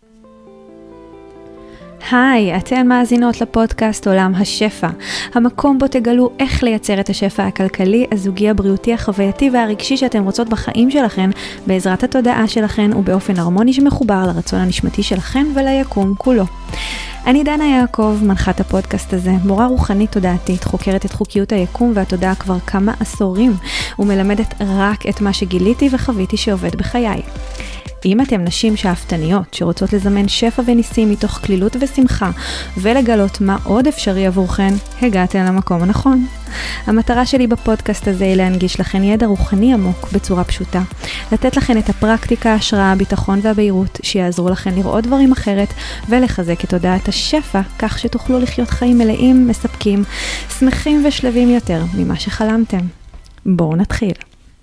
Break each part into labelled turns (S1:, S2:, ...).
S1: היי, אתן מאזינות לפודקאסט עולם השפע, המקום בו תגלו איך לייצר את השפע הכלכלי, הזוגי, הבריאותי, החווייתי והרגשי שאתן רוצות בחיים שלכן, בעזרת התודעה שלכן ובאופן הרמוני שמחובר לרצון הנשמתי שלכן וליקום כולו. אני דנה יעקב, מנחת הפודקאסט הזה, מורה רוחנית תודעתית, חוקרת את חוקיות היקום והתודעה כבר כמה עשורים, ומלמדת רק את מה שגיליתי וחוויתי שעובד בחיי. אם אתם נשים שאפתניות שרוצות לזמן שפע וניסים מתוך כלילות ושמחה ולגלות מה עוד אפשרי עבורכן, הגעתן למקום הנכון. המטרה שלי בפודקאסט הזה היא להנגיש לכן ידע רוחני עמוק בצורה פשוטה, לתת לכן את הפרקטיקה, ההשראה, הביטחון והבהירות שיעזרו לכן לראות דברים אחרת ולחזק את תודעת השפע כך שתוכלו לחיות חיים מלאים, מספקים, שמחים ושלבים יותר ממה שחלמתם. בואו נתחיל.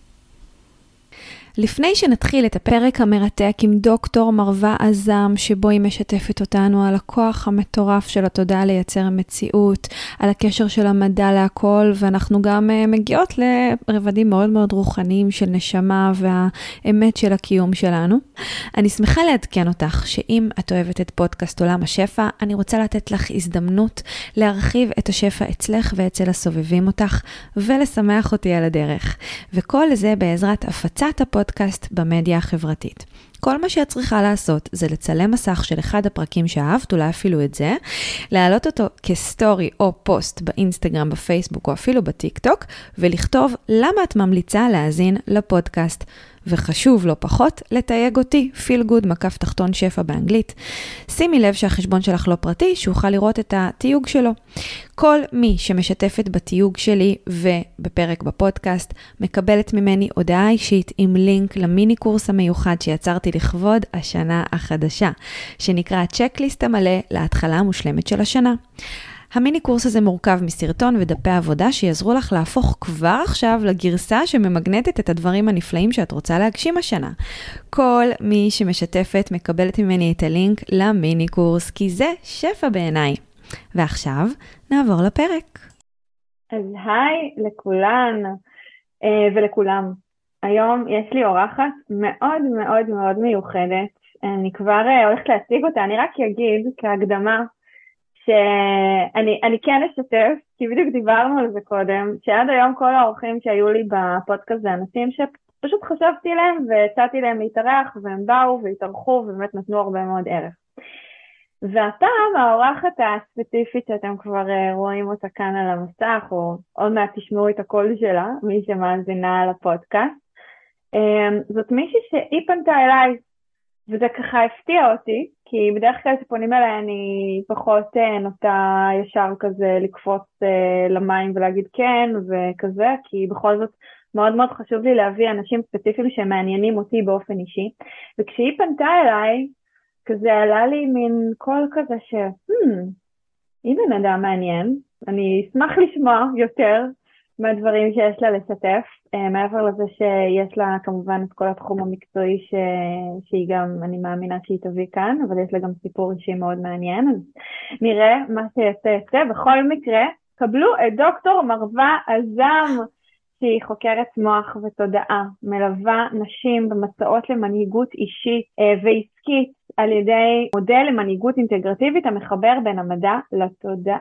S1: לפני שנתחיל את הפרק המרתק עם דוקטור מרווה עזם, שבו היא משתפת אותנו על הכוח המטורף של התודעה לייצר מציאות, על הקשר של המדע להכל, ואנחנו גם מגיעות לרבדים מאוד מאוד רוחניים של נשמה והאמת של הקיום שלנו. אני שמחה לעדכן אותך שאם את אוהבת את פודקאסט עולם השפע, אני רוצה לתת לך הזדמנות להרחיב את השפע אצלך ואצל הסובבים אותך, ולשמח אותי על הדרך. וכל זה בעזרת הפצת הפודקאסט במדיה החברתית. כל מה שאת צריכה לעשות זה לצלם מסך של אחד הפרקים שאהבת, אולי אפילו את זה, להעלות אותו כסטורי או פוסט באינסטגרם, בפייסבוק או אפילו בטיק טוק, ולכתוב למה את ממליצה להאזין לפודקאסט. וחשוב לא פחות, לתייג אותי, feel good מקף תחתון שפע באנגלית. שימי לב שהחשבון שלך לא פרטי, שאוכל לראות את התיוג שלו. כל מי שמשתפת בתיוג שלי ובפרק בפודקאסט, מקבלת ממני הודעה אישית עם לינק למיני קורס המיוחד שיצרתי לכבוד השנה החדשה, שנקרא צ'קליסט המלא להתחלה המושלמת של השנה. המיני קורס הזה מורכב מסרטון ודפי עבודה שיעזרו לך להפוך כבר עכשיו לגרסה שממגנטת את הדברים הנפלאים שאת רוצה להגשים השנה. כל מי שמשתפת מקבלת ממני את הלינק למיני קורס, כי זה שפע בעיניי. ועכשיו נעבור לפרק.
S2: אז היי לכולן ולכולם. היום יש לי אורחת מאוד מאוד מאוד מיוחדת. אני כבר הולכת להציג אותה. אני רק אגיד כהקדמה שאני כן אשתף, כי בדיוק דיברנו על זה קודם, שעד היום כל האורחים שהיו לי בפודקאסט זה אנשים שפשוט חשבתי להם והצעתי להם להתארח, והם באו והתארחו ובאמת נתנו הרבה מאוד ערך. והפעם האורחת הספציפית שאתם כבר רואים אותה כאן על המסך, או עוד מעט תשמעו את הקול שלה, מי שמאזינה על הפודקאסט, זאת מישהי שהיא פנתה אליי, וזה ככה הפתיע אותי, כי בדרך כלל שפונים אליי אני פחות נוטה ישר כזה לקפוץ למים ולהגיד כן וכזה, כי בכל זאת מאוד מאוד חשוב לי להביא אנשים ספציפיים שמעניינים אותי באופן אישי. וכשהיא פנתה אליי, כזה עלה לי מין קול כזה היא בן אדם מעניין, אני אשמח לשמוע יותר מהדברים שיש לה לשתף, מעבר לזה שיש לה כמובן את כל התחום המקצועי שהיא גם, אני מאמינה שהיא תביא כאן, אבל יש לה גם סיפור אישי מאוד מעניין, אז נראה מה שיצא. בכל מקרה, קבלו את דוקטור מרווה עזם, שהיא חוקרת מוח ותודעה, מלווה נשים במסעות למנהיגות אישית ועסקית, על ידי מודל למנהיגות אינטגרטיבית המחבר בין המדע לתודעה.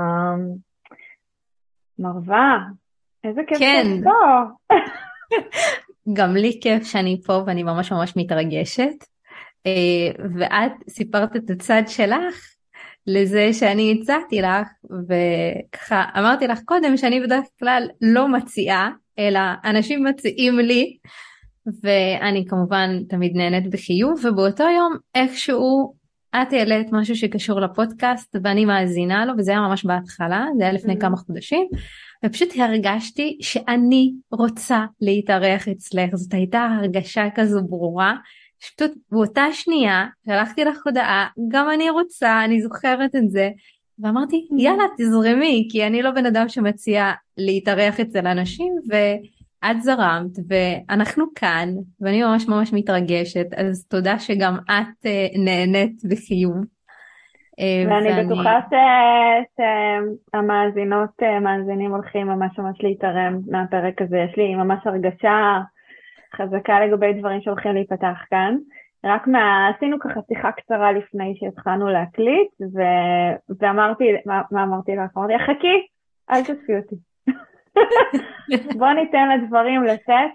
S2: מרווה, איזה כיף שאת פה.
S3: גם לי כיף שאני פה ואני ממש ממש מתרגשת. ואת סיפרת את הצד שלך לזה שאני הצעתי לך, וככה אמרתי לך קודם שאני בדרך כלל לא מציעה, אלא אנשים מציעים לי, ואני כמובן תמיד נהנית בחיוב, ובאותו יום איכשהו את העלית משהו שקשור לפודקאסט ואני מאזינה לו, וזה היה ממש בהתחלה, זה היה לפני כמה חודשים, ופשוט הרגשתי שאני רוצה להתארח אצלך. זאת הייתה הרגשה כזו ברורה, שפשוט באותה שנייה שלחתי לך הודעה, גם אני רוצה, אני זוכרת את זה, ואמרתי יאללה תזרמי, כי אני לא בן אדם שמציע להתארח אצל אנשים, ואת זרמת ואנחנו כאן, ואני ממש ממש מתרגשת, אז תודה שגם את נהנית בחיוב.
S2: ואני בטוחה שהמאזינות, מאזינים הולכים ממש ממש להתערם מהפרק הזה. יש לי ממש הרגשה חזקה לגבי דברים שהולכים להיפתח כאן. רק עשינו ככה שיחה קצרה לפני שהתחלנו להקליט, ואמרתי, מה אמרתי לך? אמרתי, חכי, אל תצפי אותי. בוא ניתן לדברים לצאת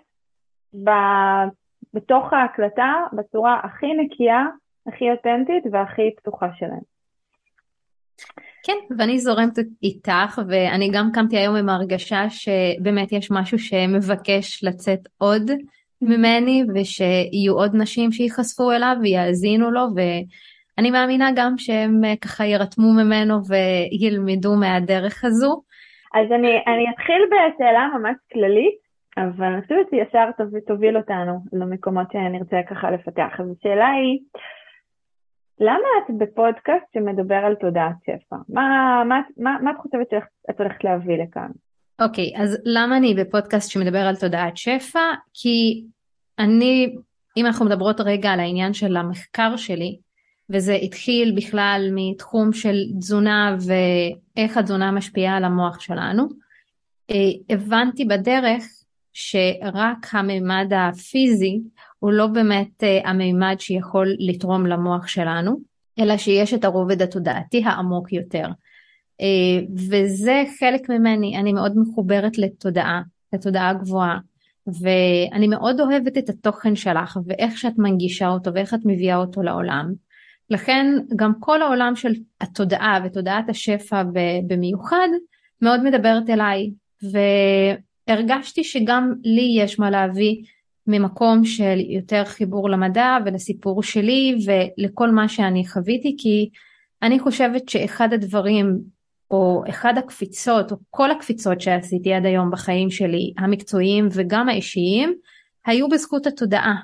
S2: בתוך ההקלטה, בצורה הכי נקייה, הכי אותנטית והכי פתוחה שלהם.
S3: כן, ואני זורמת איתך, ואני גם קמתי היום עם ההרגשה שבאמת יש משהו שמבקש לצאת עוד ממני, ושיהיו עוד נשים שיחשפו אליו ויאזינו לו, ואני מאמינה גם שהם ככה ירתמו ממנו וילמדו מהדרך הזו.
S2: אז אני אתחיל בשאלה ממש כללית, אבל אני חושבת שישר תוביל אותנו למקומות שנרצה ככה לפתח. אז השאלה היא, למה את בפודקאסט שמדבר על תודעת שפע? מה את חושבת שאת הולכת להביא לכאן?
S3: אוקיי, אז למה אני בפודקאסט שמדבר על תודעת שפע? כי אם אנחנו מדברות רגע על העניין של המחקר שלי, וזה התחיל בכלל מתחום של תזונה ואיך התזונה משפיעה על המוח שלנו, הבנתי בדרך שרק הממד הפיזי הוא לא באמת הממד שיכול לתרום למוח שלנו, אלא שיש את הרובד התודעתי העמוק יותר. וזה חלק ממני, אני מאוד מחוברת לתודעה גבוהה, ואני מאוד אוהבת את התוכן שלך ואיך שאת מנגישה אותו ואיך את מביאה אותו לעולם. לכן גם כל העולם של התודעה ותודעת השפע במיוחד מאוד מדברת אליי, והרגשתי שגם לי יש מה להביא ממקום של יותר חיבור למדע ולסיפור שלי ולכל מה שאני חוויתי, כי אני חושבת שאחד הדברים או אחד הקפיצות או כל הקפיצות שעשיתי עד היום בחיים שלי המקצועיים וגם האישיים היו בזכות התודעה,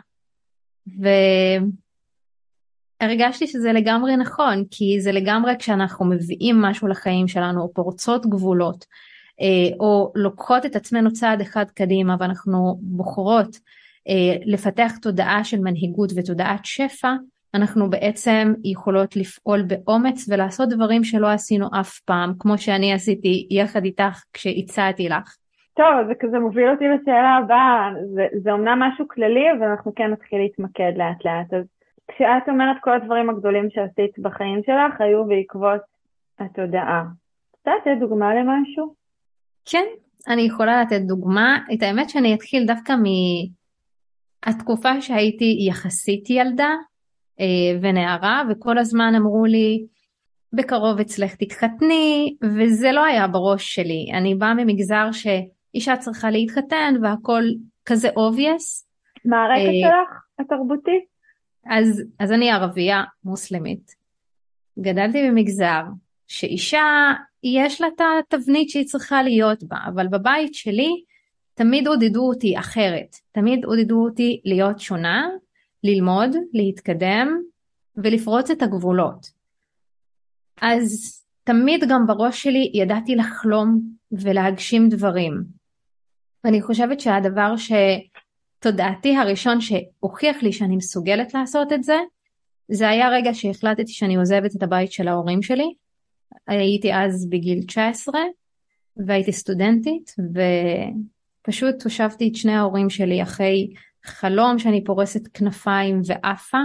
S3: הרגשתי שזה לגמרי נכון, כי זה לגמרי כשאנחנו מביאים משהו לחיים שלנו, או פורצות גבולות, או לוקחות את עצמנו צעד אחד קדימה, ואנחנו בוחרות לפתח תודעה של מנהיגות ותודעת שפע, אנחנו בעצם יכולות לפעול באומץ ולעשות דברים שלא עשינו אף פעם, כמו שאני עשיתי יחד איתך כשהצעתי לך.
S2: טוב, זה כזה מוביל אותי לשאלה הבאה, זה אומנם משהו כללי, אבל אנחנו כן נתחיל להתמקד לאט לאט. אז כשאת אומרת כל הדברים הגדולים שעשית בחיים שלך, היו בעקבות התודעה. רוצה לתת דוגמה למשהו?
S3: כן, אני יכולה לתת דוגמה. את האמת שאני אתחיל דווקא מהתקופה שהייתי יחסית ילדה ונערה, וכל הזמן אמרו לי, בקרוב אצלך תתחתני, וזה לא היה בראש שלי. אני באה ממגזר שאישה צריכה להתחתן, והכל כזה obvious.
S2: מה הרקע שלך התרבותי?
S3: אז אני ערבייה מוסלמית. גדלתי במגזר שאישה יש לה את התבנית שהיא צריכה להיות בה, אבל בבית שלי תמיד עודדו אותי אחרת. תמיד עודדו אותי להיות שונה, ללמוד, להתקדם ולפרוץ את הגבולות. אז תמיד גם בראש שלי ידעתי לחלום ולהגשים דברים. ואני חושבת שהדבר תודעתי הראשון שהוכיח לי שאני מסוגלת לעשות את זה, זה היה רגע שהחלטתי שאני עוזבת את הבית של ההורים שלי. הייתי אז בגיל 19 והייתי סטודנטית, ופשוט הושבתי את שני ההורים שלי אחרי חלום שאני פורסת כנפיים ואפה,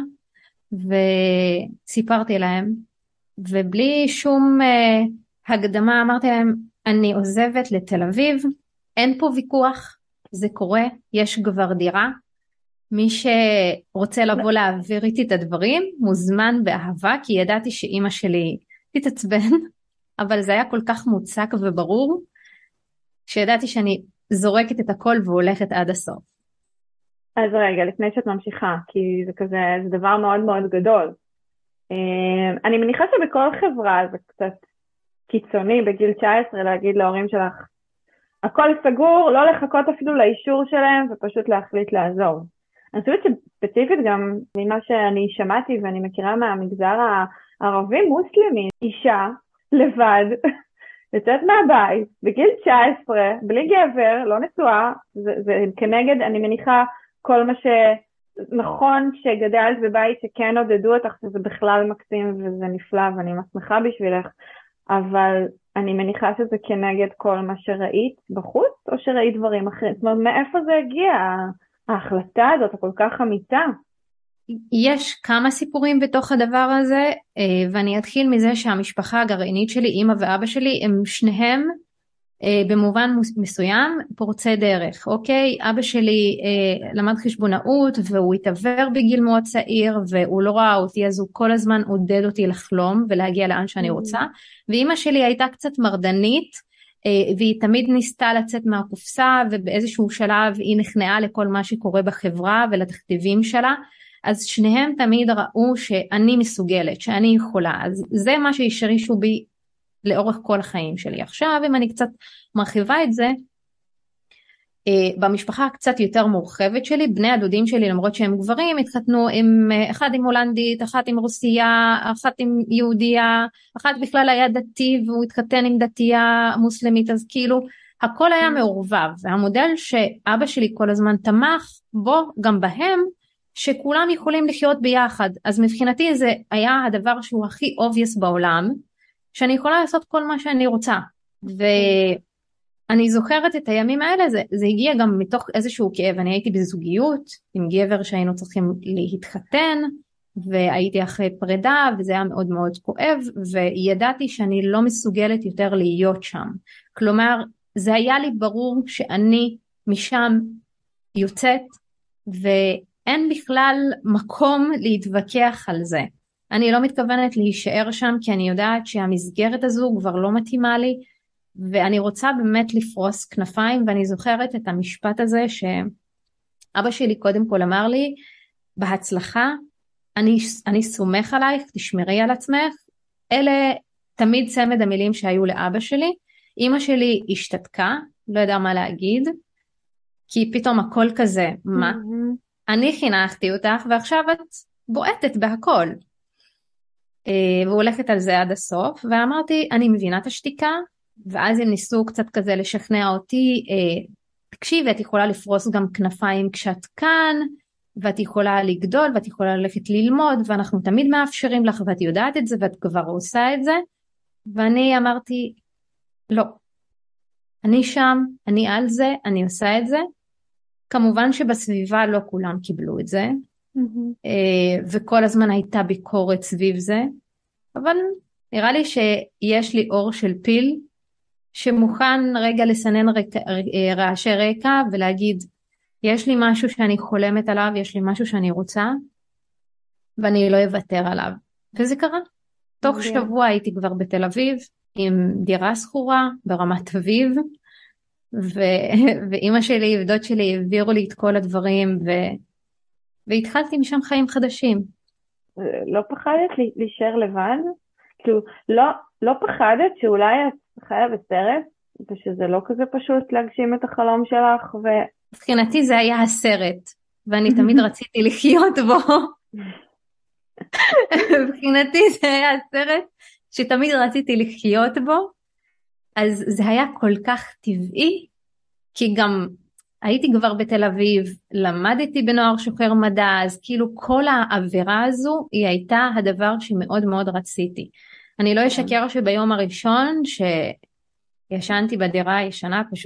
S3: וסיפרתי להם, ובלי שום הקדמה אמרתי להם, אני עוזבת לתל אביב, אין פה ויכוח, זה קורה, יש כבר דירה, מי שרוצה לבוא להעביר איתי את הדברים, מוזמן באהבה, כי ידעתי שאימא שלי תתעצבן, אבל זה היה כל כך מוצק וברור, שידעתי שאני זורקת את הכל והולכת עד הסוף.
S2: אז רגע, לפני שאת ממשיכה, כי זה כזה, זה דבר מאוד מאוד גדול. אני מניחה שבכל חברה זה קצת קיצוני בגיל 19 להגיד להורים שלך, הכל סגור, לא לחכות אפילו לאישור שלהם ופשוט להחליט לעזוב. אני חושבת שספציפית גם ממה שאני שמעתי ואני מכירה מהמגזר הערבי מוסלמי, אישה לבד יוצאת מהבית בגיל 19 בלי גבר, לא נשואה, זה כנגד, אני מניחה כל מה שנכון שגדלת בבית שכן עודדו אותך, שזה בכלל מקסים וזה נפלא ואני שמחה בשבילך, אבל אני מניחה שזה כנגד כל מה שראית בחוץ, או שראית דברים אחרים? זאת אומרת, מאיפה זה הגיע, ההחלטה הזאת, הכל כך אמיצה?
S3: יש כמה סיפורים בתוך הדבר הזה, ואני אתחיל מזה שהמשפחה הגרעינית שלי, אמא ואבא שלי, הם שניהם במובן מסוים פורצי דרך, אוקיי? אבא שלי למד חשבונאות והוא התעבר בגיל מאוד צעיר והוא לא ראה אותי, אז הוא כל הזמן עודד אותי לחלום ולהגיע לאן שאני רוצה. ואמא שלי הייתה קצת מרדנית, והיא תמיד ניסתה לצאת מהקופסה, ובאיזשהו שלב היא נכנעה לכל מה שקורה בחברה ולתכתיבים שלה. אז שניהם תמיד ראו שאני מסוגלת, שאני יכולה. אז זה מה שהשרישו בי לאורך כל החיים שלי. עכשיו, אם אני קצת מרחיבה את זה, במשפחה קצת יותר מורחבת שלי, בני הדודים שלי, למרות שהם גברים, התחתנו עם אחד עם הולנדית, אחת עם רוסיה, אחת עם יהודיה, אחת בכלל היה דתי והוא התחתן עם דתייה מוסלמית, אז כאילו הכל היה מעורבב, והמודל שאבא שלי כל הזמן תמך בו, גם בהם, שכולם יכולים לחיות ביחד. אז מבחינתי זה היה הדבר שהוא הכי obvious בעולם, שאני יכולה לעשות כל מה שאני רוצה. ואני זוכרת את הימים האלה, זה הגיע גם מתוך איזשהו כאב. אני הייתי בזוגיות עם גבר שהיינו צריכים להתחתן, והייתי אחרי פרידה, וזה היה מאוד מאוד כואב, וידעתי שאני לא מסוגלת יותר להיות שם. כלומר, זה היה לי ברור שאני משם יוצאת, ואין בכלל מקום להתווכח על זה. אני לא מתכוונת להישאר שם, כי אני יודעת שהמסגרת הזו כבר לא מתאימה לי, ואני רוצה באמת לפרוס כנפיים, ואני זוכרת את המשפט הזה שאבא שלי קודם כל אמר לי, בהצלחה, אני סומך עלייך, תשמרי על עצמך. אלה תמיד צמד המילים שהיו לאבא שלי. אמא שלי השתתקה, לא יודע מה להגיד, כי פתאום הכל כזה, מה? אני חינכתי אותך, ועכשיו את בועטת בהכל. והולכת על זה עד הסוף, ואמרתי, אני מבינה את השתיקה, ואז הם ניסו קצת כזה לשכנע אותי, תקשיבי, את יכולה לפרוס גם כנפיים כשאת כאן, ואת יכולה לגדול, ואת יכולה ללכת ללמוד, ואנחנו תמיד מאפשרים לך, ואת יודעת את זה, ואת כבר עושה את זה. ואני אמרתי, לא, אני שם, אני על זה, אני עושה את זה. כמובן שבסביבה לא כולם קיבלו את זה, וכל הזמן הייתה ביקורת סביב זה, אבל נראה לי שיש לי אור של פיל, שמוכן רגע לסנן רעשי רקע, ולהגיד, יש לי משהו שאני חולמת עליו, יש לי משהו שאני רוצה, ואני לא אוותר עליו. וזה קרה. תוך שבוע הייתי כבר בתל אביב, עם דירה סחורה, ברמת אביב, ואמא שלי ודוד שלי העבירו לי את כל הדברים, והתחלתי משם חיים חדשים.
S2: לא פחדת להישאר לבד? כאילו, לא פחדת שאולי את חיה בסרט, ושזה לא כזה פשוט להגשים את החלום שלך?
S3: מבחינתי זה היה הסרט, ואני תמיד רציתי לחיות בו. מבחינתי זה היה הסרט שתמיד רציתי לחיות בו, אז זה היה כל כך טבעי, כי גם הייתי כבר בתל אביב, למדתי בנוער שוחר מדע, אז כאילו כל העבירה הזו היא הייתה הדבר שמאוד מאוד רציתי. אני לא אשקר שביום הראשון שישנתי בדירה הישנה, פשוט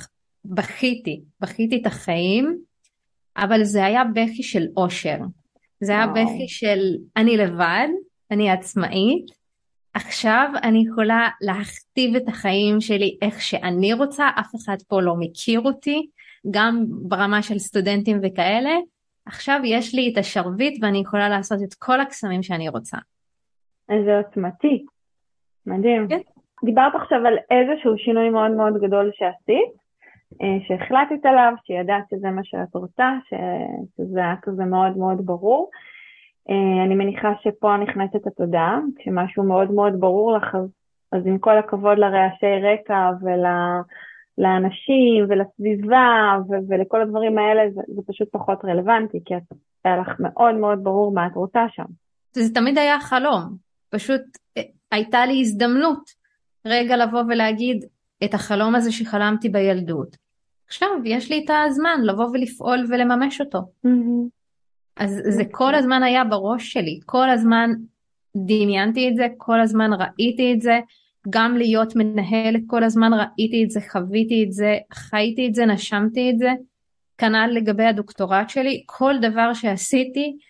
S3: בכיתי את החיים, אבל זה היה בכי של אושר. זה היה בכי של אני לבד, אני עצמאית, עכשיו אני יכולה להכתיב את החיים שלי איך שאני רוצה, אף אחד פה לא מכיר אותי, גם ברמה של סטודנטים וכאלה, עכשיו יש לי את השרביט ואני יכולה לעשות את כל הקסמים שאני רוצה.
S2: איזה עוצמתי, מדהים.
S3: כן.
S2: דיברת עכשיו על איזשהו שינוי מאוד מאוד גדול שעשית, שהחלטת עליו, שידעת שזה מה שאת רוצה, שזה היה כזה מאוד מאוד ברור. אני מניחה שפה נכנסת התודעה, כשמשהו מאוד מאוד ברור לך, אז עם כל הכבוד לרעשי רקע ולאנשים ולסביבה ולכל הדברים האלה, זה פשוט פחות רלוונטי, כי היה לך מאוד מאוד ברור מה את רוצה שם.
S3: זה תמיד היה חלום, פשוט הייתה לי הזדמנות רגע לבוא ולהגיד את החלום הזה שחלמתי בילדות. עכשיו יש לי את הזמן לבוא ולפעול ולממש אותו. אז זה כל הזמן היה בראש שלי, כל הזמן דמיינתי את זה, כל הזמן ראיתי את זה, גם להיות מנהלת, כל הזמן ראיתי את זה, חוויתי את זה, חייתי את זה, נשמתי את זה, כנ"ל לגבי הדוקטורט שלי, כל דבר שעשיתי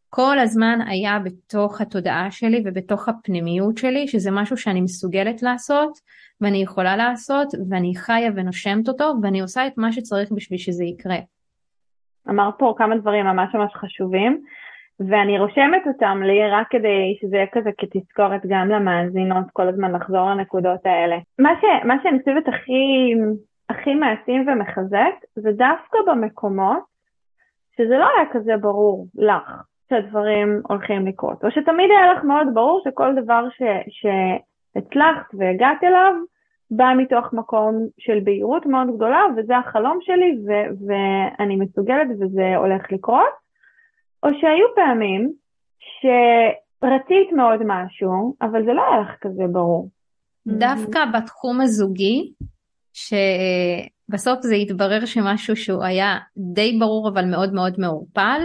S3: כל הזמן היה בתוך התודעה שלי ובתוך הפנימיות שלי, שזה משהו שאני מסוגלת לעשות, ואני יכולה לעשות, ואני חיה ונושמת אותו, ואני עושה את מה שצריך בשביל שזה יקרה.
S2: אמרת פה כמה דברים ממש ממש חשובים, ואני רושמת אותם לי רק כדי שזה יהיה כזה כתזכורת גם למאזינות כל הזמן לחזור לנקודות האלה. מה שאני חושבת הכי מעצים ומחזק, זה דווקא במקומות שזה לא היה כזה ברור לך שהדברים הולכים לקרות, או שתמיד היה לך מאוד ברור שכל דבר שהצלחת והגעת אליו, בא מתוך מקום של בהירות מאוד גדולה, וזה החלום שלי, ואני מסוגלת וזה הולך לקרות, או שהיו פעמים שרצית מאוד משהו, אבל זה לא היה לך כזה ברור.
S3: דווקא בתחום הזוגי, שבסוף זה התברר שמשהו שהוא היה די ברור, אבל מאוד מאוד מעורפל,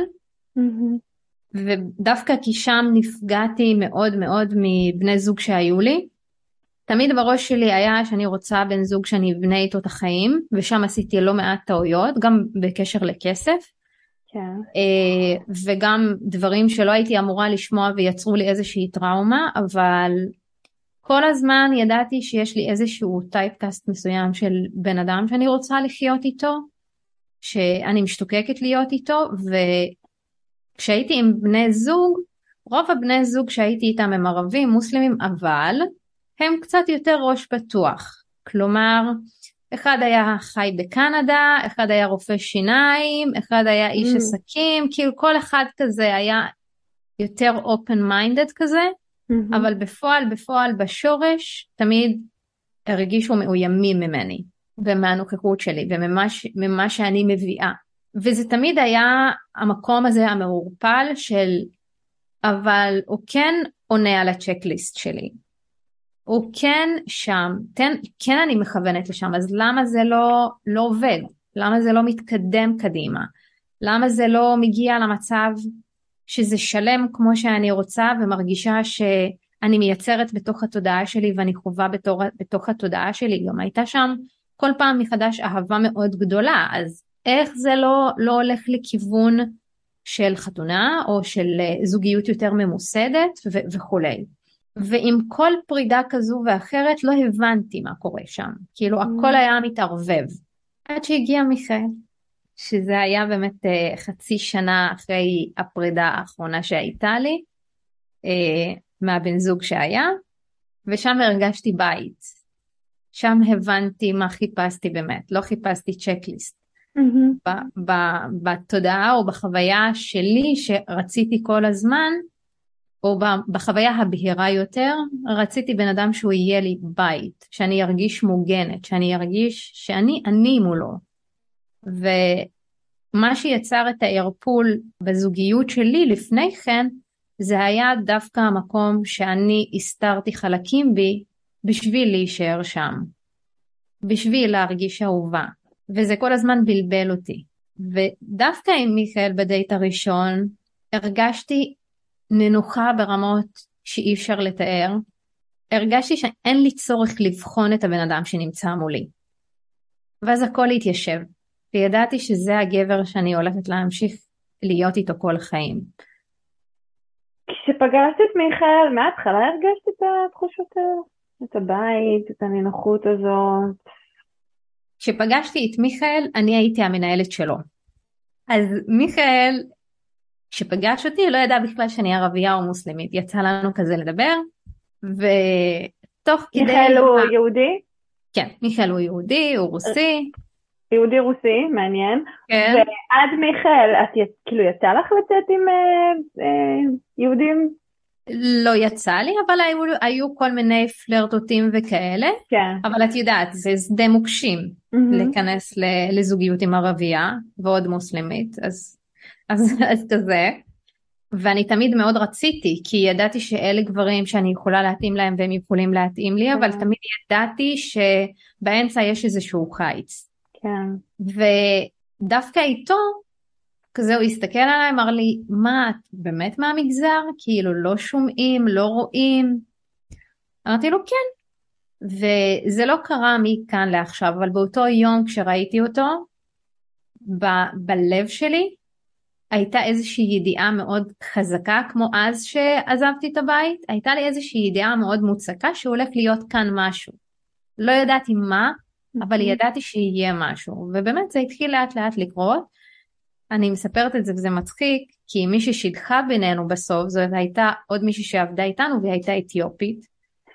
S3: ודווקא כי שם נפגעתי מאוד מאוד מבני זוג שהיו לי, תמיד בראש שלי היה שאני רוצה בן זוג שאני אבנה איתו את החיים, ושם עשיתי לא מעט טעויות, גם בקשר לכסף,
S2: כן.
S3: וגם דברים שלא הייתי אמורה לשמוע ויצרו לי איזושהי טראומה, אבל כל הזמן ידעתי שיש לי איזשהו טייפקאסט מסוים של בן אדם שאני רוצה לחיות איתו, שאני משתוקקת להיות איתו, וכשהייתי עם בני זוג, רוב הבני זוג שהייתי איתם הם ערבים, מוסלמים, אבל הם קצת יותר ראש פתוח. כלומר, אחד היה חי בקנדה, אחד היה רופא שיניים, אחד היה איש עסקים, כאילו כל אחד כזה היה יותר open minded כזה, אבל בפועל בשורש תמיד הרגישו מאוימים ממני, ומהנוכחות שלי, וממה שאני מביאה. וזה תמיד היה המקום הזה המעורפל של, אבל הוא כן עונה על הצ'קליסט שלי. הוא כן שם, כן אני מכוונת לשם, אז למה זה לא עובד? למה זה לא מתקדם קדימה? למה זה לא מגיע למצב שזה שלם כמו שאני רוצה, ומרגישה שאני מייצרת בתוך התודעה שלי, ואני חובה בתוך התודעה שלי? גם הייתה שם כל פעם מחדש אהבה מאוד גדולה, אז איך זה לא הולך לכיוון של חתונה, או של זוגיות יותר ממוסדת וכולי. ועם כל פרידה כזו ואחרת לא הבנתי מה קורה שם, כאילו הכל היה מתערבב, עד שהגיע מיכאל, שזה היה באמת חצי שנה אחרי הפרידה האחרונה שהייתה לי, מהבן זוג שהיה, ושם הרגשתי בית, שם הבנתי מה חיפשתי באמת, לא חיפשתי צ'קליסט, בתודעה או בחוויה שלי שרציתי כל הזמן, או בחוויה הבהירה יותר, רציתי בן אדם שהוא יהיה לי בית, שאני ארגיש מוגנת, שאני ארגיש שאני מולו. ומה שיצר את הערפול בזוגיות שלי לפני כן, זה היה דווקא המקום שאני הסתרתי חלקים בי, בשביל להישאר שם, בשביל להרגיש אהובה, וזה כל הזמן בלבל אותי. ודווקא עם מיכאל בדייט הראשון, הרגשתי ננוחה ברמות שאי אפשר לתאר, הרגשתי שאין לי צורך לבחון את הבן אדם שנמצא מולי. ואז הכל התיישב, וידעתי שזה הגבר שאני הולכת להמשיך להיות איתו כל החיים.
S2: כשפגשת את מיכאל, מההתחלה הרגשת את התחושות האלה? את הבית, את הנינוחות הזאת?
S3: כשפגשתי את מיכאל, אני הייתי המנהלת שלו. אז מיכאל, כשפגש אותי, לא ידע בכלל שאני ערבייה או מוסלמית. יצא לנו כזה לדבר, ותוך כדי...
S2: מיכאל הוא יהודי?
S3: כן, מיכאל הוא יהודי, הוא רוסי.
S2: יהודי רוסי, מעניין.
S3: כן.
S2: ועד מיכאל, את כאילו יצא לך לצאת עם יהודים?
S3: לא יצא לי, אבל היו כל מיני פלרטוטים וכאלה.
S2: כן.
S3: אבל את יודעת, זה שדה מוקשים להיכנס לזוגיות עם ערבייה ועוד מוסלמית, אז כזה. ואני תמיד מאוד רציתי, כי ידעתי שאלה גברים שאני יכולה להתאים להם והם יכולים להתאים לי, אבל תמיד ידעתי שבאמצע יש איזשהו חיץ.
S2: כן.
S3: ודווקא איתו, כזה הוא הסתכל עליי, אמר לי, מה, את באמת מהמגזר? כאילו לא שומעים, לא רואים. אמרתי לו, כן. וזה לא קרה מכאן לעכשיו, אבל באותו יום כשראיתי אותו, בלב שלי, הייתה איזושהי ידיעה מאוד חזקה, כמו אז שעזבתי את הבית, הייתה לי איזושהי ידיעה מאוד מוצקה שהולך להיות כאן משהו. לא ידעתי מה, אבל ידעתי שיהיה משהו, ובאמת זה התחיל לאט לאט לקרות. אני מספרת את זה וזה מצחיק, כי מי ששידכה בינינו בסוף, זאת הייתה עוד מישהי שעבדה איתנו, והיא הייתה אתיופית,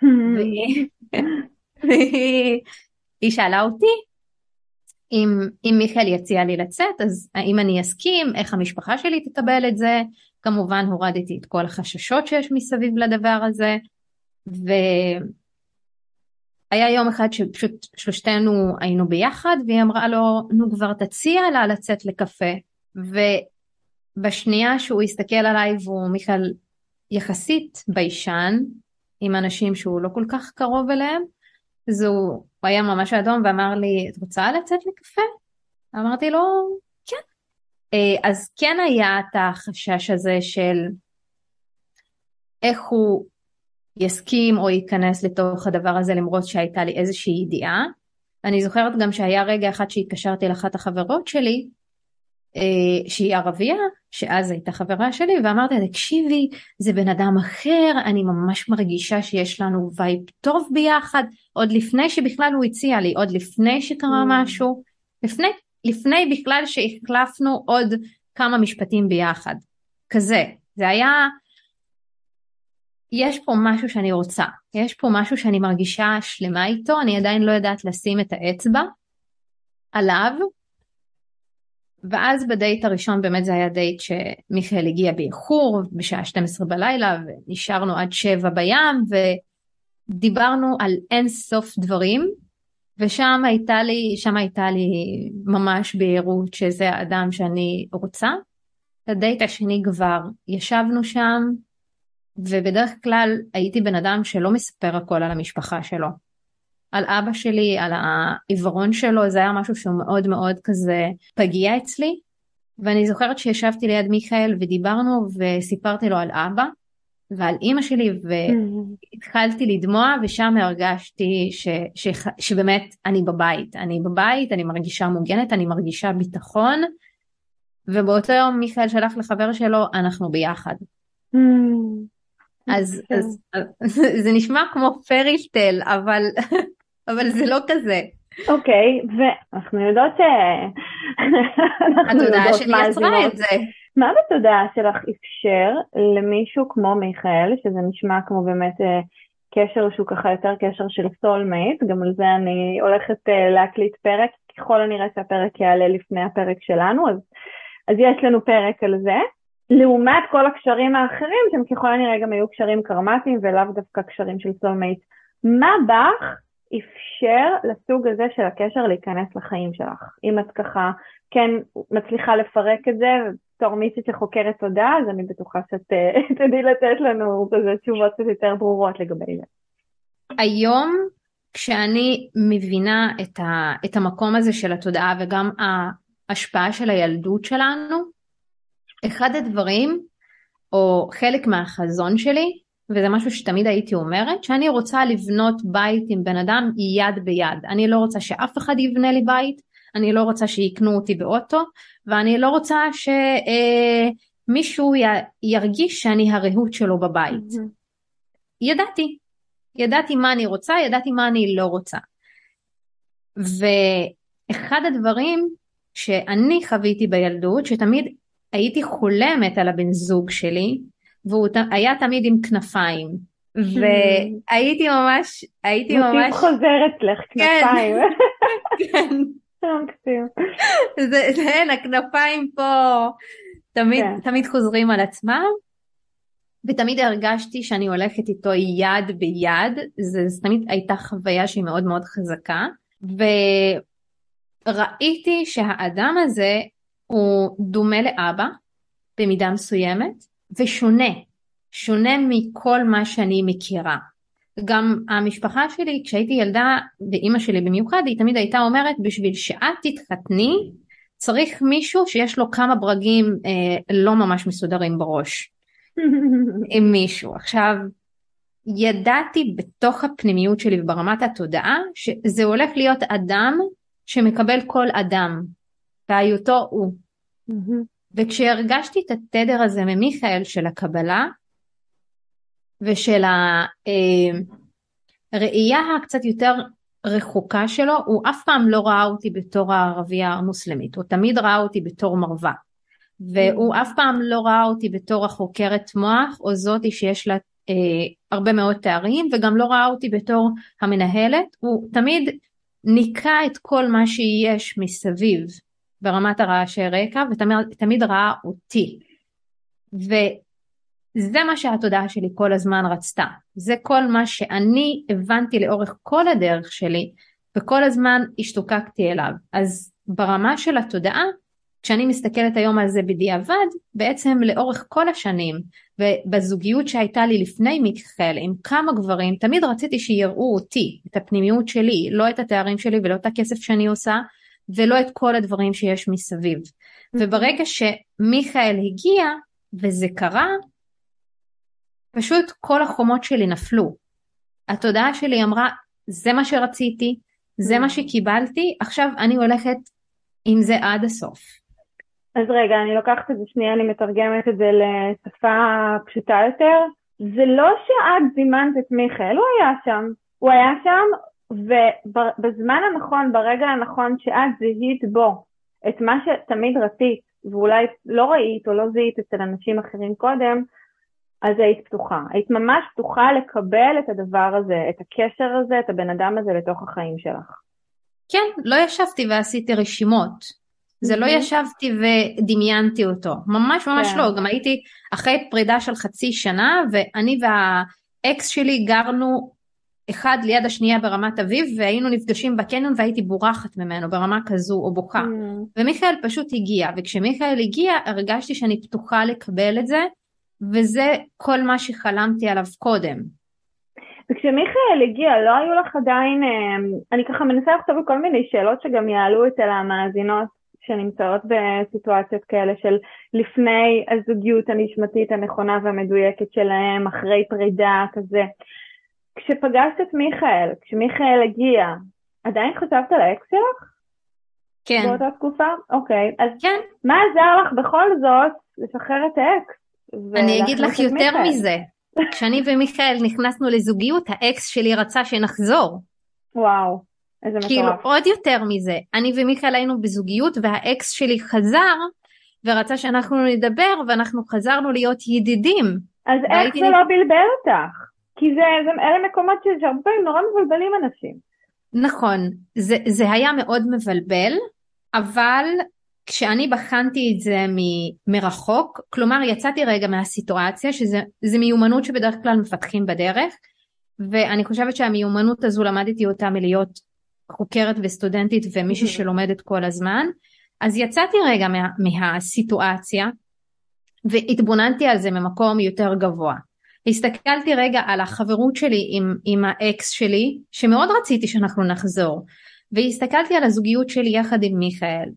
S3: והיא שאלה אותי, אם מיכאל יציע לי לצאת, אז האם אני אסכים, איך המשפחה שלי תקבל את זה, כמובן הורדתי את כל החששות שיש מסביב לדבר הזה, והיה יום אחד שפשוט שלושתנו היינו ביחד, והיא אמרה לו, נו כבר תציע לה לצאת לקפה, ובשנייה שהוא הסתכל עליי, והוא מיכאל יחסית ביישן, עם אנשים שהוא לא כל כך קרוב אליהם, אז הוא היה ממש אדום ואמר לי, את רוצה לצאת לקפה? אמרתי לו, כן. אז כן היה את החשש הזה של איך הוא יסכים או ייכנס לתוך הדבר הזה, למרות שהייתה לי איזושהי ידיעה. אני זוכרת גם שהיה רגע אחד שהתקשרתי לאחת החברות שלי, שהיא ערבייה, שאז הייתה חברה שלי, ואמרתי, תקשיבי, זה בן אדם אחר, אני ממש מרגישה שיש לנו וייב טוב ביחד, עוד לפני שבכלל הוא הציע לי, עוד לפני שקרה משהו, לפני בכלל שהחלפנו עוד כמה משפטים ביחד, כזה, זה היה, יש פה משהו שאני רוצה, יש פה משהו שאני מרגישה שלמה איתו, אני עדיין לא יודעת לשים את האצבע עליו, ואז בדייט הראשון באמת זה היה דייט שמיכאל הגיע באיחור בשעה 12 בלילה ונשארנו עד 7 בים ודיברנו על אין סוף דברים ושם הייתה לי ממש בהירות שזה האדם שאני רוצה. בדייט השני כבר ישבנו שם ובדרך כלל הייתי בן אדם שלא מספר הכל על המשפחה שלו. על אבא שלי, על העיוורון שלו, זה היה משהו שהוא מאוד מאוד כזה פגיע אצלי, ואני זוכרת שישבתי ליד מיכאל ודיברנו וסיפרתי לו על אבא ועל אמא שלי והתחלתי לדמוע ושם הרגשתי שבאמת אני בבית, אני מרגישה מוגנת, אני מרגישה ביטחון, ובאותו יום מיכאל שלח לחבר שלו, אנחנו ביחד. אז זה נשמע כמו פריטל, אבל זה לא כזה.
S2: אוקיי, ואנחנו יודעות
S3: התודעה שלי יצרה את זה.
S2: מה בתודעה שלך אפשר למישהו כמו מיכאל, שזה נשמע כמו באמת קשר שהוא ככה יותר קשר של סולמייט, גם על זה אני הולכת להקליט פרק, ככל הנראה שהפרק יעלה לפני הפרק שלנו, אז יש לנו פרק על זה. לעומת כל הקשרים האחרים, שהם ככל הנראה גם היו קשרים קרמטיים ולאו דווקא קשרים של סולמייט. מה בך אפשר לסוג הזה של הקשר להיכנס לחיים שלך? אם את ככה כן מצליחה לפרק את זה, בתור מישהי שחוקרת תודעה, אז אני בטוחה שאת תדעי לתת לנו תשובות קצת יותר ברורות לגבי זה.
S3: היום כשאני מבינה את המקום הזה של התודעה וגם ההשפעה של הילדות שלנו, אחד הדברים, או חלק מהחזון שלי, וזה משהו שתמיד הייתי אומרת, שאני רוצה לבנות בית עם בן אדם יד ביד. אני לא רוצה שאף אחד יבנה לי בית, אני לא רוצה שיקנו אותי באוטו, ואני לא רוצה שמישהו ירגיש שאני הרהות שלו בבית. ידעתי מה אני רוצה, ידעתי מה אני לא רוצה. ואחד הדברים שאני חוויתי בילדות, שתמיד הייתי חולמת על הבן זוג שלי, והוא היה תמיד עם כנפיים, והייתי ממש,
S2: מוטיב חוזרת לך, כנפיים.
S3: כן. זה, הכנפיים פה תמיד חוזרים על עצמם, ותמיד הרגשתי שאני הולכת איתו יד ביד, זה תמיד הייתה חוויה שהיא מאוד מאוד חזקה, וראיתי שהאדם הזה הוא דומה לאבא במידה מסוימת, ושונה מכל מה שאני מכירה. גם המשפחה שלי, כשהייתי ילדה, ואימא שלי במיוחד, היא תמיד הייתה אומרת, בשביל שאת תתחתני, צריך מישהו שיש לו כמה ברגים לא ממש מסודרים בראש. עם מישהו. עכשיו, ידעתי בתוך הפנימיות שלי וברמת התודעה, שזה הולך להיות אדם שמקבל כל אדם, והיותו הוא. וכשהרגשתי את התדר הזה ממיכאל של הקבלה, ושל הראייה הקצת יותר רחוקה שלו, הוא אף פעם לא ראה אותי בתור הערבייה המוסלמית, הוא תמיד ראה אותי בתור מרווה, והוא אף פעם לא ראה אותי בתור החוקרת מוח, או זאתי שיש לה הרבה מאוד תארים, וגם לא ראה אותי בתור המנהלת, הוא תמיד ניקה את כל מה שיש מסביב, ברמת הרעשי רקע, ותמיד ראה אותי, וזה מה שהתודעה שלי כל הזמן רצתה, זה כל מה שאני הבנתי לאורך כל הדרך שלי, וכל הזמן השתוקקתי אליו. אז ברמה של התודעה, כשאני מסתכלת היום על זה בדיעבד, בעצם לאורך כל השנים, ובזוגיות שהייתה לי לפני מיכאל, עם כמה גברים, תמיד רציתי שיראו אותי, את הפנימיות שלי, לא את התארים שלי ולא את הכסף שאני עושה, ולא את כל הדברים שיש מסביב. וברגע שמיכאל הגיע, וזה קרה, פשוט כל החומות שלי נפלו. התודעה שלי אמרה, זה מה שרציתי, זה מה שקיבלתי, עכשיו אני הולכת עם זה עד הסוף.
S2: אז רגע, אני לוקחת את זה שנייה, אני מתרגמת את זה לשפה פשוטה יותר. זה לא שאת זימנת את מיכאל, הוא היה שם. הוא היה שם, ובזמן הנכון, ברגע הנכון שאת זיהית בו את מה שתמיד רצית, ואולי לא ראית או לא זיהית אצל אנשים אחרים קודם, אז היית פתוחה. היית ממש פתוחה לקבל את הדבר הזה, את הקשר הזה, את הבן אדם הזה לתוך החיים שלך.
S3: כן, לא ישבתי ועשיתי רשימות. זה לא ישבתי ודמיינתי אותו. ממש ממש לא. גם הייתי אחרי פרידה של חצי שנה, ואני והאקס שלי גרנו אחד ליד השנייה ברמת אביב, והיינו נפגשים בקניון והייתי בורחת ממנו ברמה כזו או בוכה. ומיכאל פשוט הגיע, וכשמיכאל הגיע הרגשתי שאני פתוחה לקבל את זה, וזה כל מה שחלמתי עליו קודם.
S2: וכשמיכאל הגיע, לא היו לך עדיין, אני ככה מנסה לכתוב כל מיני שאלות שגם יעלו אצל המאזינות שנמצאות בסיטואציות כאלה של לפני הזוגיות הנשמתית הנכונה והמדויקת שלהם, אחרי פרידה כזה. כשפגשת את מיכאל, כשמיכאל הגיע, עדיין חשבת על האקס שלך?
S3: כן.
S2: באותה תקופה? אוקיי. אז
S3: כן.
S2: מה עזר לך בכל זאת לשחרר את האקס?
S3: אני אגיד לך יותר מזה. כשאני ומיכאל נכנסנו לזוגיות, האקס שלי רצה שנחזור.
S2: וואו, איזה מטורף.
S3: כאילו עוד יותר מזה, אני ומיכאל היינו בזוגיות, והאקס שלי חזר, ורצה שאנחנו נדבר, ואנחנו חזרנו להיות ידידים.
S2: אז איך זה לא בלבל אותך? כי אלה מקומות שהרבה פעמים נורא מבלבלים אנשים.
S3: נכון, זה היה מאוד מבלבל, אבל כשאני בחנתי את זה מרחוק, כלומר יצאתי רגע מהסיטואציה, שזה מיומנות שבדרך כלל מפתחים בדרך, ואני חושבת שהמיומנות הזו למדתי אותה מלהיות חוקרת וסטודנטית ומישהי שלומדת כל הזמן, אז יצאתי רגע מהסיטואציה, והתבוננתי על זה ממקום יותר גבוה. הסתכלתי רגע על החברות שלי עם האקס שלי, שמאוד רציתי שאנחנו נחזור, והסתכלתי על הזוגיות שלי יחד עם מיכאל,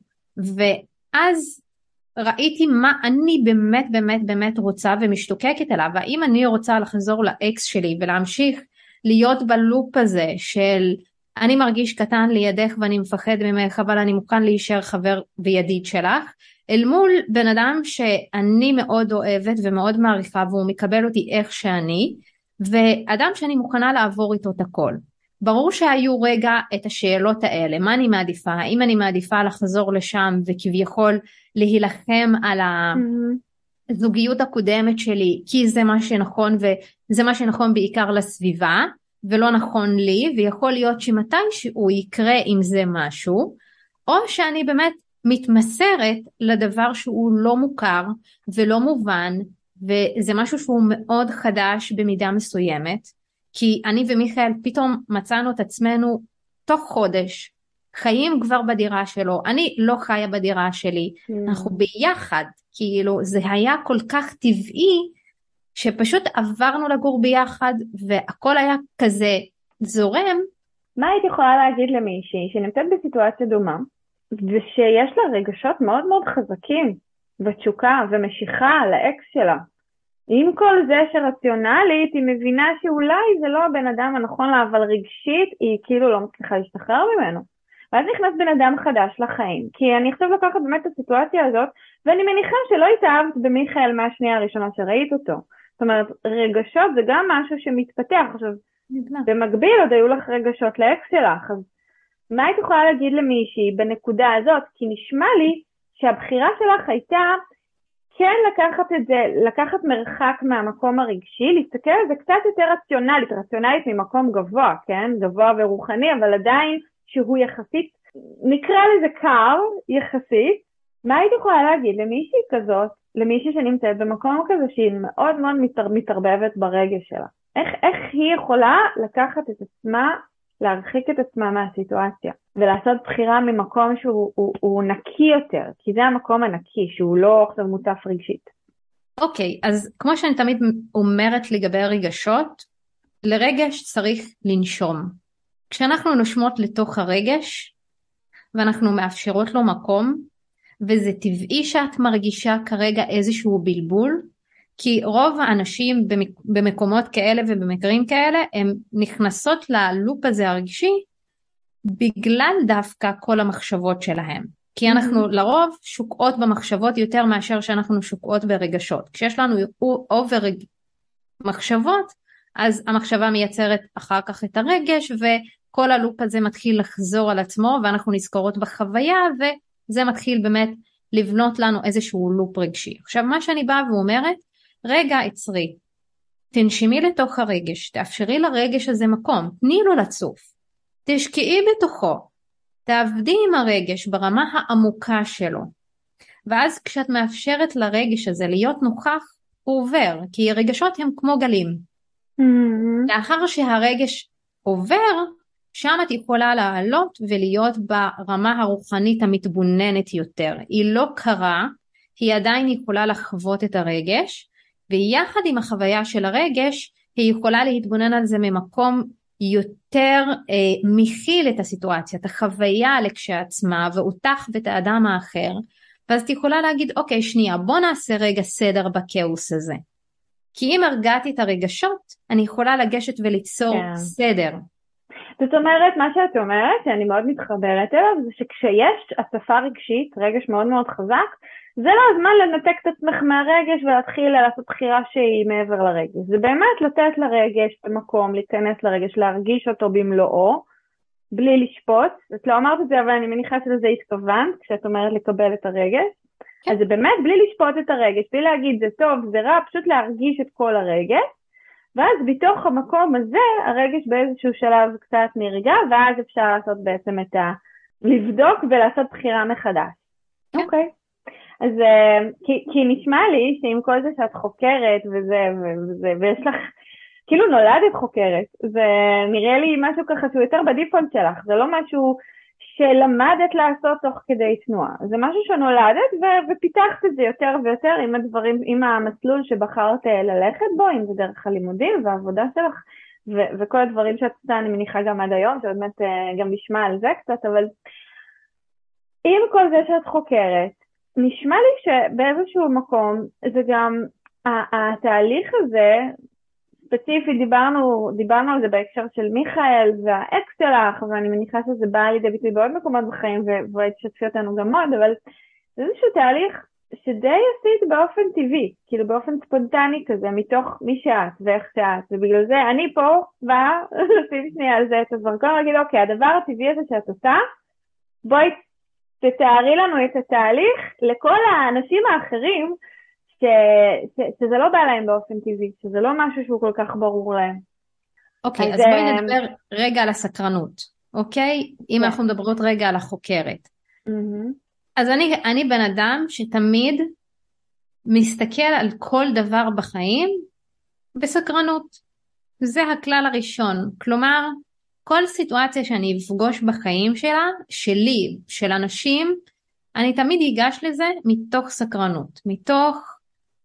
S3: ואז ראיתי מה אני באמת באמת באמת רוצה ומשתוקקת אליו, והאם אני רוצה לחזור לאקס שלי ולהמשיך להיות בלופ הזה של אני מרגיש קטן לידך ואני מפחד ממך, אבל אני מוכן להישאר חבר וידיד שלך, אל מול בן אדם שאני מאוד אוהבת ומאוד מעריכה, והוא מקבל אותי איך שאני, ואדם שאני מוכנה לעבור איתו את הכל. ברור שהיו רגע את השאלות האלה, מה אני מעדיפה, האם אני מעדיפה לחזור לשם וכביכול להילחם על הזוגיות הקודמת שלי, כי זה מה שנכון, וזה מה שנכון בעיקר לסביבה, ולא נכון לי, ויכול להיות שמתי שהוא יקרה עם זה משהו, או שאני באמת מתמסרת לדבר שהוא לא מוכר ולא מובן, וזה משהו שהוא מאוד חדש במידה מסוימת, כי אני ומיכאל פתאום מצאנו את עצמנו תוך חודש, חיים כבר בדירה שלו, אני לא חיה בדירה שלי, אנחנו ביחד, כאילו זה היה כל כך טבעי, שפשוט עברנו לגור ביחד, והכל היה כזה זורם.
S2: מה היית יכולה להגיד למישהי שנמצאת בסיטואציה דומה, ושיש לה רגשות מאוד מאוד חזקים, ותשוקה ומשיכה לאקס שלה? עם כל זה שרציונלית היא מבינה שאולי זה לא הבן אדם הנכון לה, אבל רגשית היא כאילו לא מצליחה להשתחרר ממנו. ואז נכנס בן אדם חדש לחיים, כי אני עכשיו לקחת באמת את הסיטואציה הזאת, ואני מניחה שלא התאהבת במיכאל מהשנייה הראשונה שראית אותו. זאת אומרת, רגשות זה גם משהו שמתפתח. עכשיו, במקביל עוד היו לך רגשות לאקס שלך, אז מה היית יכולה להגיד למישהי בנקודה הזאת? כי נשמע לי שהבחירה שלך הייתה כן לקחת את זה, לקחת מרחק מהמקום הרגשי, להסתכל על זה קצת יותר רציונלית ממקום גבוה, כן? גבוה ורוחני, אבל עדיין שהוא יחסית, נקרא לזה קר יחסית. מה היית יכולה להגיד למישהי כזאת, למישהי שנמצאת במקום כזה שהיא מאוד מאוד מתערבבת ברגש שלה? איך היא יכולה לקחת את עצמה, להרחיק את עצמה מהסיטואציה, ולעשות בחירה ממקום שהוא נקי יותר, כי זה המקום הנקי, שהוא לא עכשיו מוצף רגשית.
S3: אוקיי, אז כמו שאני תמיד אומרת לגבי הרגשות, לרגש צריך לנשום. כשאנחנו נושמות לתוך הרגש, ואנחנו מאפשרות לו מקום, וזה טבעי שאת מרגישה כרגע איזשהו בלבול, כי רוב האנשים במקומות כאלה ובמקרים כאלה, הם נכנסות ללופ הזה הרגשי, בגלל דווקא כל המחשבות שלהם. כי אנחנו לרוב שוקעות במחשבות יותר מאשר שאנחנו שוקעות ברגשות. כשיש לנו אובר מחשבות, אז המחשבה מייצרת אחר כך את הרגש, וכל הלופ הזה מתחיל לחזור על עצמו, ואנחנו נזכרות בחוויה, וזה מתחיל באמת לבנות לנו איזשהו לופ רגשי. עכשיו מה שאני באה ואומרת, רגע עצרי, תנשימי לתוך הרגש, תאפשרי לרגש הזה מקום, תני לו לצוף, תשקיעי בתוכו, תעבדי עם הרגש ברמה העמוקה שלו, ואז כשאת מאפשרת לרגש הזה להיות נוכח, הוא עובר, כי רגשות הם כמו גלים. לאחר שהרגש עובר, שם את יכולה לעלות ולהיות ברמה הרוחנית המתבוננת יותר. היא לא קרה, היא עדיין יכולה לחוות את הרגש, ויחד עם החוויה של הרגש, היא יכולה להתבונן על זה ממקום יותר מכיל את הסיטואציה, את החוויה לכשעצמה, ואותך ואת האדם האחר, ואז את יכולה להגיד, אוקיי, שנייה, בוא נעשה רגע סדר בכאוס הזה. כי אם הרגעתי את הרגשות, אני יכולה לגשת וליצור סדר.
S2: זאת אומרת, מה שאת אומרת, שאני מאוד מתחברת אליו, זה שכשיש הצפה רגשית, רגש מאוד מאוד חזק, זה לא הזמן לנתק את עצמך מהרגש ולהתחיל לעשות בחירה שהיא מעבר לרגש. זה באמת לתת לרגש במקום, להיכנס לרגש, להרגיש אותו במלואו, בלי לשפוט. את לא אמרת את זה, אבל אני מניחה שלזה התכוונת, כשאת אומרת לקבל את הרגש. אז זה באמת בלי לשפוט את הרגש, בלי להגיד זה טוב, זה רע, פשוט להרגיש את כל הרגש. ואז בתוך המקום הזה, הרגש באיזשהו שלב קצת נרגע, ואז אפשר לעשות בעצם לבדוק ולעשות בחירה מחדש. אוקיי. אז כי נשמע לי שעם כל זה שאת חוקרת ויש לך, כאילו נולדת חוקרת, זה נראה לי משהו ככה שהוא יותר בדיפולט שלך, זה לא משהו שלמדת לעשות תוך כדי תנועה, זה משהו שנולדת ופיתחת את זה יותר ויותר עם הדברים, עם המסלול שבחרת ללכת בו, אם זה דרך הלימודים והעבודה שלך, וכל הדברים שאת עושה, אני מניחה גם עד היום, שבאמת גם נשמע על זה קצת, אבל עם כל זה שאת חוקרת, נשמע לי שבאיזשהו מקום, זה גם התהליך הזה, ספציפית דיברנו על זה בהקשר של מיכאל והאקס שלך, ואני מניחה שזה בא לידי ביטוי בעוד מקומות בחיים, ואולי תשתפי אותנו גם עוד, אבל זה איזשהו תהליך שדי עשית באופן טבעי, כאילו באופן ספונטני כזה, מתוך מי שאת ואיך שאת, ובגלל זה אני פה באה לשים שנייה על זה את הזרקון, להגיד אוקיי, הדבר הטבעי הזה שאת עושה, בואי תתארי לנו את התהליך לכל האנשים האחרים, שזה לא בא להם באופן טבעי, שזה לא משהו שהוא כל כך ברור להם.
S3: אוקיי, אז בואי נדבר רגע על הסקרנות, אוקיי? אם אנחנו מדברות רגע על החוקרת. אז אני בן אדם שתמיד מסתכל על כל דבר בחיים בסקרנות. זה הכלל הראשון. כלומר, כל סיטואציה שאני אפגוש בחיים שלי, של אנשים, אני תמיד אגש לזה מתוך סקרנות, מתוך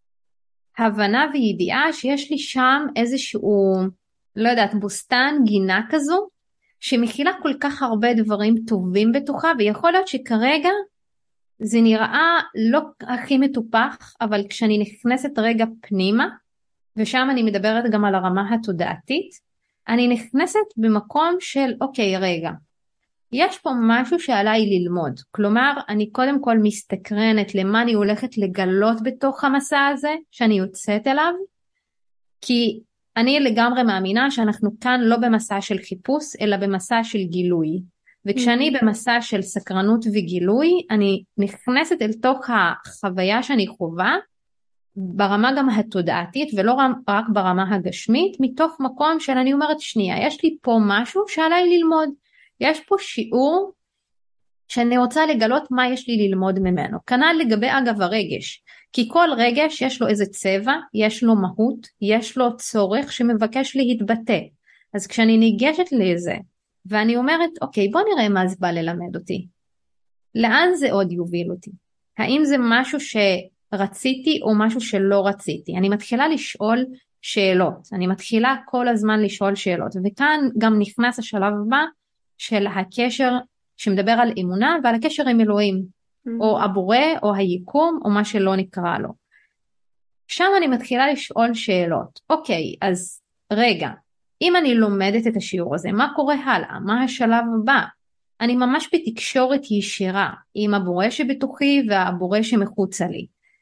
S3: הבנה וידיעה שיש לי שם איזשהו, לא יודעת, בוסתן, גינה כזו, שמכילה כל כך הרבה דברים טובים בתוכה, ויכול להיות שכרגע זה נראה לא הכי מטופח, אבל כשאני נכנסת רגע פנימה, ושם אני מדברת גם על הרמה התודעתית, אני נכנסת במקום של אוקיי רגע, יש פה משהו שעליי ללמוד. כלומר, אני קודם כל מסתקרנת למה אני הולכת לגלות בתוך המסע הזה שאני יוצאת אליו, כי אני לגמרי מאמינה שאנחנו כאן לא במסע של חיפוש, אלא במסע של גילוי. וכשאני במסע של סקרנות וגילוי, אני נכנסת אל תוך החוויה שאני חווה, ברמה גם התודעתית ולא רק ברמה הגשמית, מתוך מקום של אני אומרת שנייה, יש לי פה משהו שעליי ללמוד. יש פה שיעור שאני רוצה לגלות מה יש לי ללמוד ממנו. כנ"ל לגבי אגב הרגש. כי כל רגש יש לו איזה צבע, יש לו מהות, יש לו צורך שמבקש להתבטא. אז כשאני ניגשת לזה, ואני אומרת, אוקיי, בוא נראה מה זה בא ללמד אותי. לאן זה עוד יוביל אותי? האם זה משהו שרציתי או משהו שלא רציתי? אני מתחילה לשאול שאלות. אני מתחילה כל הזמן לשאול שאלות. וכאן גם נכנס השלב הבא של הקשר שמדבר על אמונה ועל הקשר עם אלוהים. או הבורא או היקום או מה שלא נקרא לו. שם אני מתחילה לשאול שאלות. אוקיי, אז רגע, אם אני לומדת את השיעור הזה, מה קורה הלאה? מה השלב הבא? אני ממש בתקשורת ישירה עם הבורא שבתוכי והבורא שמחוצה לי.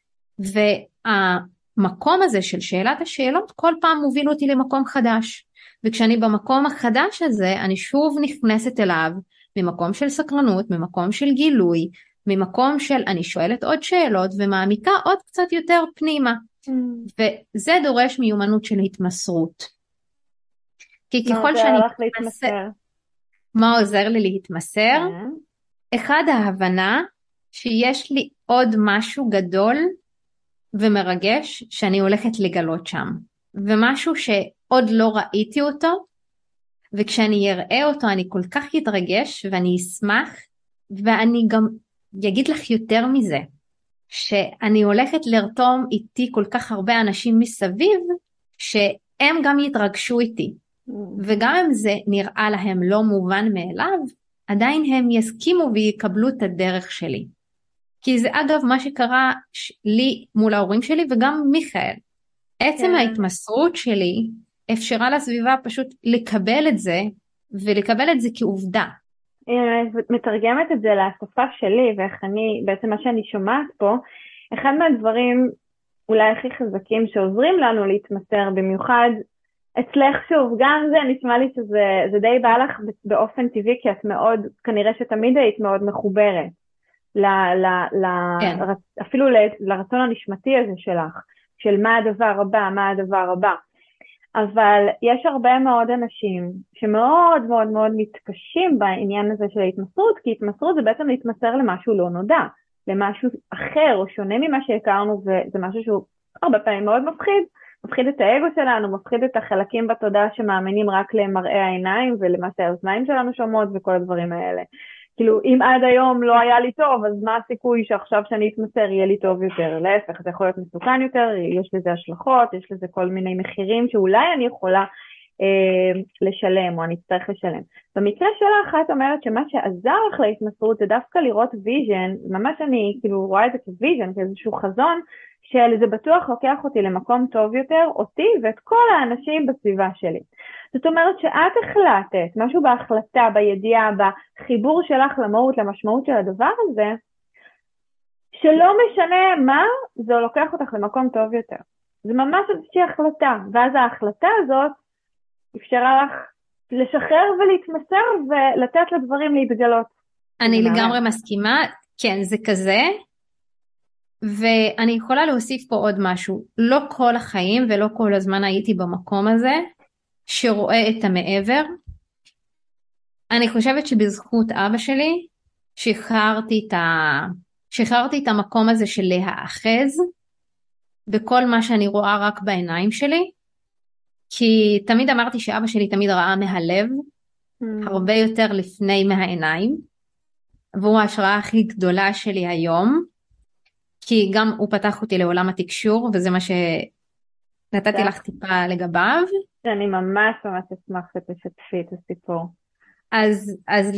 S3: והמקום הזה של שאלת השאלות כל פעם מוביל אותי למקום חדש. וכשאני במקום החדש הזה, אני שוב נכנסת אליו ממקום של סקרנות, ממקום של גילוי, ממקום של אני שואלת עוד שאלות ומעמיקה עוד קצת יותר פנימה. וזה דורש מיומנות של התמסרות. כי ככל שאני מתמסר, מה עוזר לי להתמסר? אחד, ההבנה שיש לי עוד משהו גדול ומרגש שאני הולכת לגלות שם. ומשהו שעוד לא ראיתי אותו, וכשאני אראה אותו אני כל כך אתרגש ואני אשמח, ואני גם אגיד לך יותר מזה, שאני הולכת לרתום איתי כל כך הרבה אנשים מסביב, שהם גם יתרגשו איתי. וגם אם זה נראה להם לא מובן מאליו, עדיין הם יסכימו ויקבלו את הדרך שלי. כי זה אגב מה שקרה לי מול ההורים שלי וגם מיכאל. עצם ההתמסרות שלי אפשרה לסביבה פשוט לקבל את זה, ולקבל את זה כעובדה.
S2: אני מתרגמת את זה לשפה שלי, ואיך אני, בעצם מה שאני שומעת פה, אחד מהדברים אולי הכי חזקים שעוזרים לנו להתמסר, במיוחד אצלך שוב, גם זה נשמע לי שזה די בא לך באופן טבעי, כי את מאוד, כנראה שתמיד היית מאוד מחוברת,
S3: כן.
S2: אפילו לרצון הנשמתי הזה שלך, של מה הדבר הבא, מה הדבר הבא. אבל יש הרבה מאוד אנשים שמאוד מאוד מאוד מתקשים בעניין הזה של ההתמסרות, כי התמסרות זה בעצם להתמסר למשהו לא נודע, למשהו אחר או שונה ממה שהכרנו, וזה משהו שהוא הרבה פעמים מאוד מפחיד את האגו שלנו, מפחיד את החלקים בתודעה שמאמינים רק למראה העיניים ולמה שהאוזניים שלנו שומעות וכל הדברים האלה. כאילו, אם עד היום לא היה לי טוב, אז מה הסיכוי שעכשיו שאני אתמסר יהיה לי טוב יותר? להפך, זה יכול להיות מסוכן יותר, יש לזה השלכות, יש לזה כל מיני מחירים שאולי אני יכולה לשלם, או אני צריך לשלם. במקרה שלך, את אומרת שמה שעזר לך להתמסרות זה דווקא לראות ויז'ן, ממש אני כאילו רואה את זה כוויז'ן, כאיזשהו חזון, שזה בטוח לוקח אותי למקום טוב יותר, אותי ואת כל האנשים בסביבה שלי. זאת אומרת שאת החלטת, משהו בהחלטה, בידיעה, בחיבור שלך למהות, למשמעות של הדבר הזה, שלא משנה מה, זה לוקח אותך למקום טוב יותר. זה ממש איזושהי החלטה, ואז ההחלטה הזאת אפשרה לך לשחרר ולהתמסר ולתת לדברים להתגלות.
S3: אני לגמרי מסכימה, כן, זה כזה. ואני יכולה להוסיף פה עוד משהו, לא כל החיים ולא כל הזמן הייתי במקום הזה שרואה את המעבר. אני חושבת שבזכות אבא שלי שחררתי את המקום הזה של להאחז בכל מה שאני רואה רק בעיניים שלי, כי תמיד אמרתי שאבא שלי תמיד ראה מהלב, הרבה יותר לפני מהעיניים, והוא ההשראה הכי גדולה שלי היום, כי גם הוא פתח אותי לעולם התקשור, וזה מה שנתתי לך טיפה לגביו.
S2: אני ממש אשמח שתשתפי את הסיפור.
S3: אז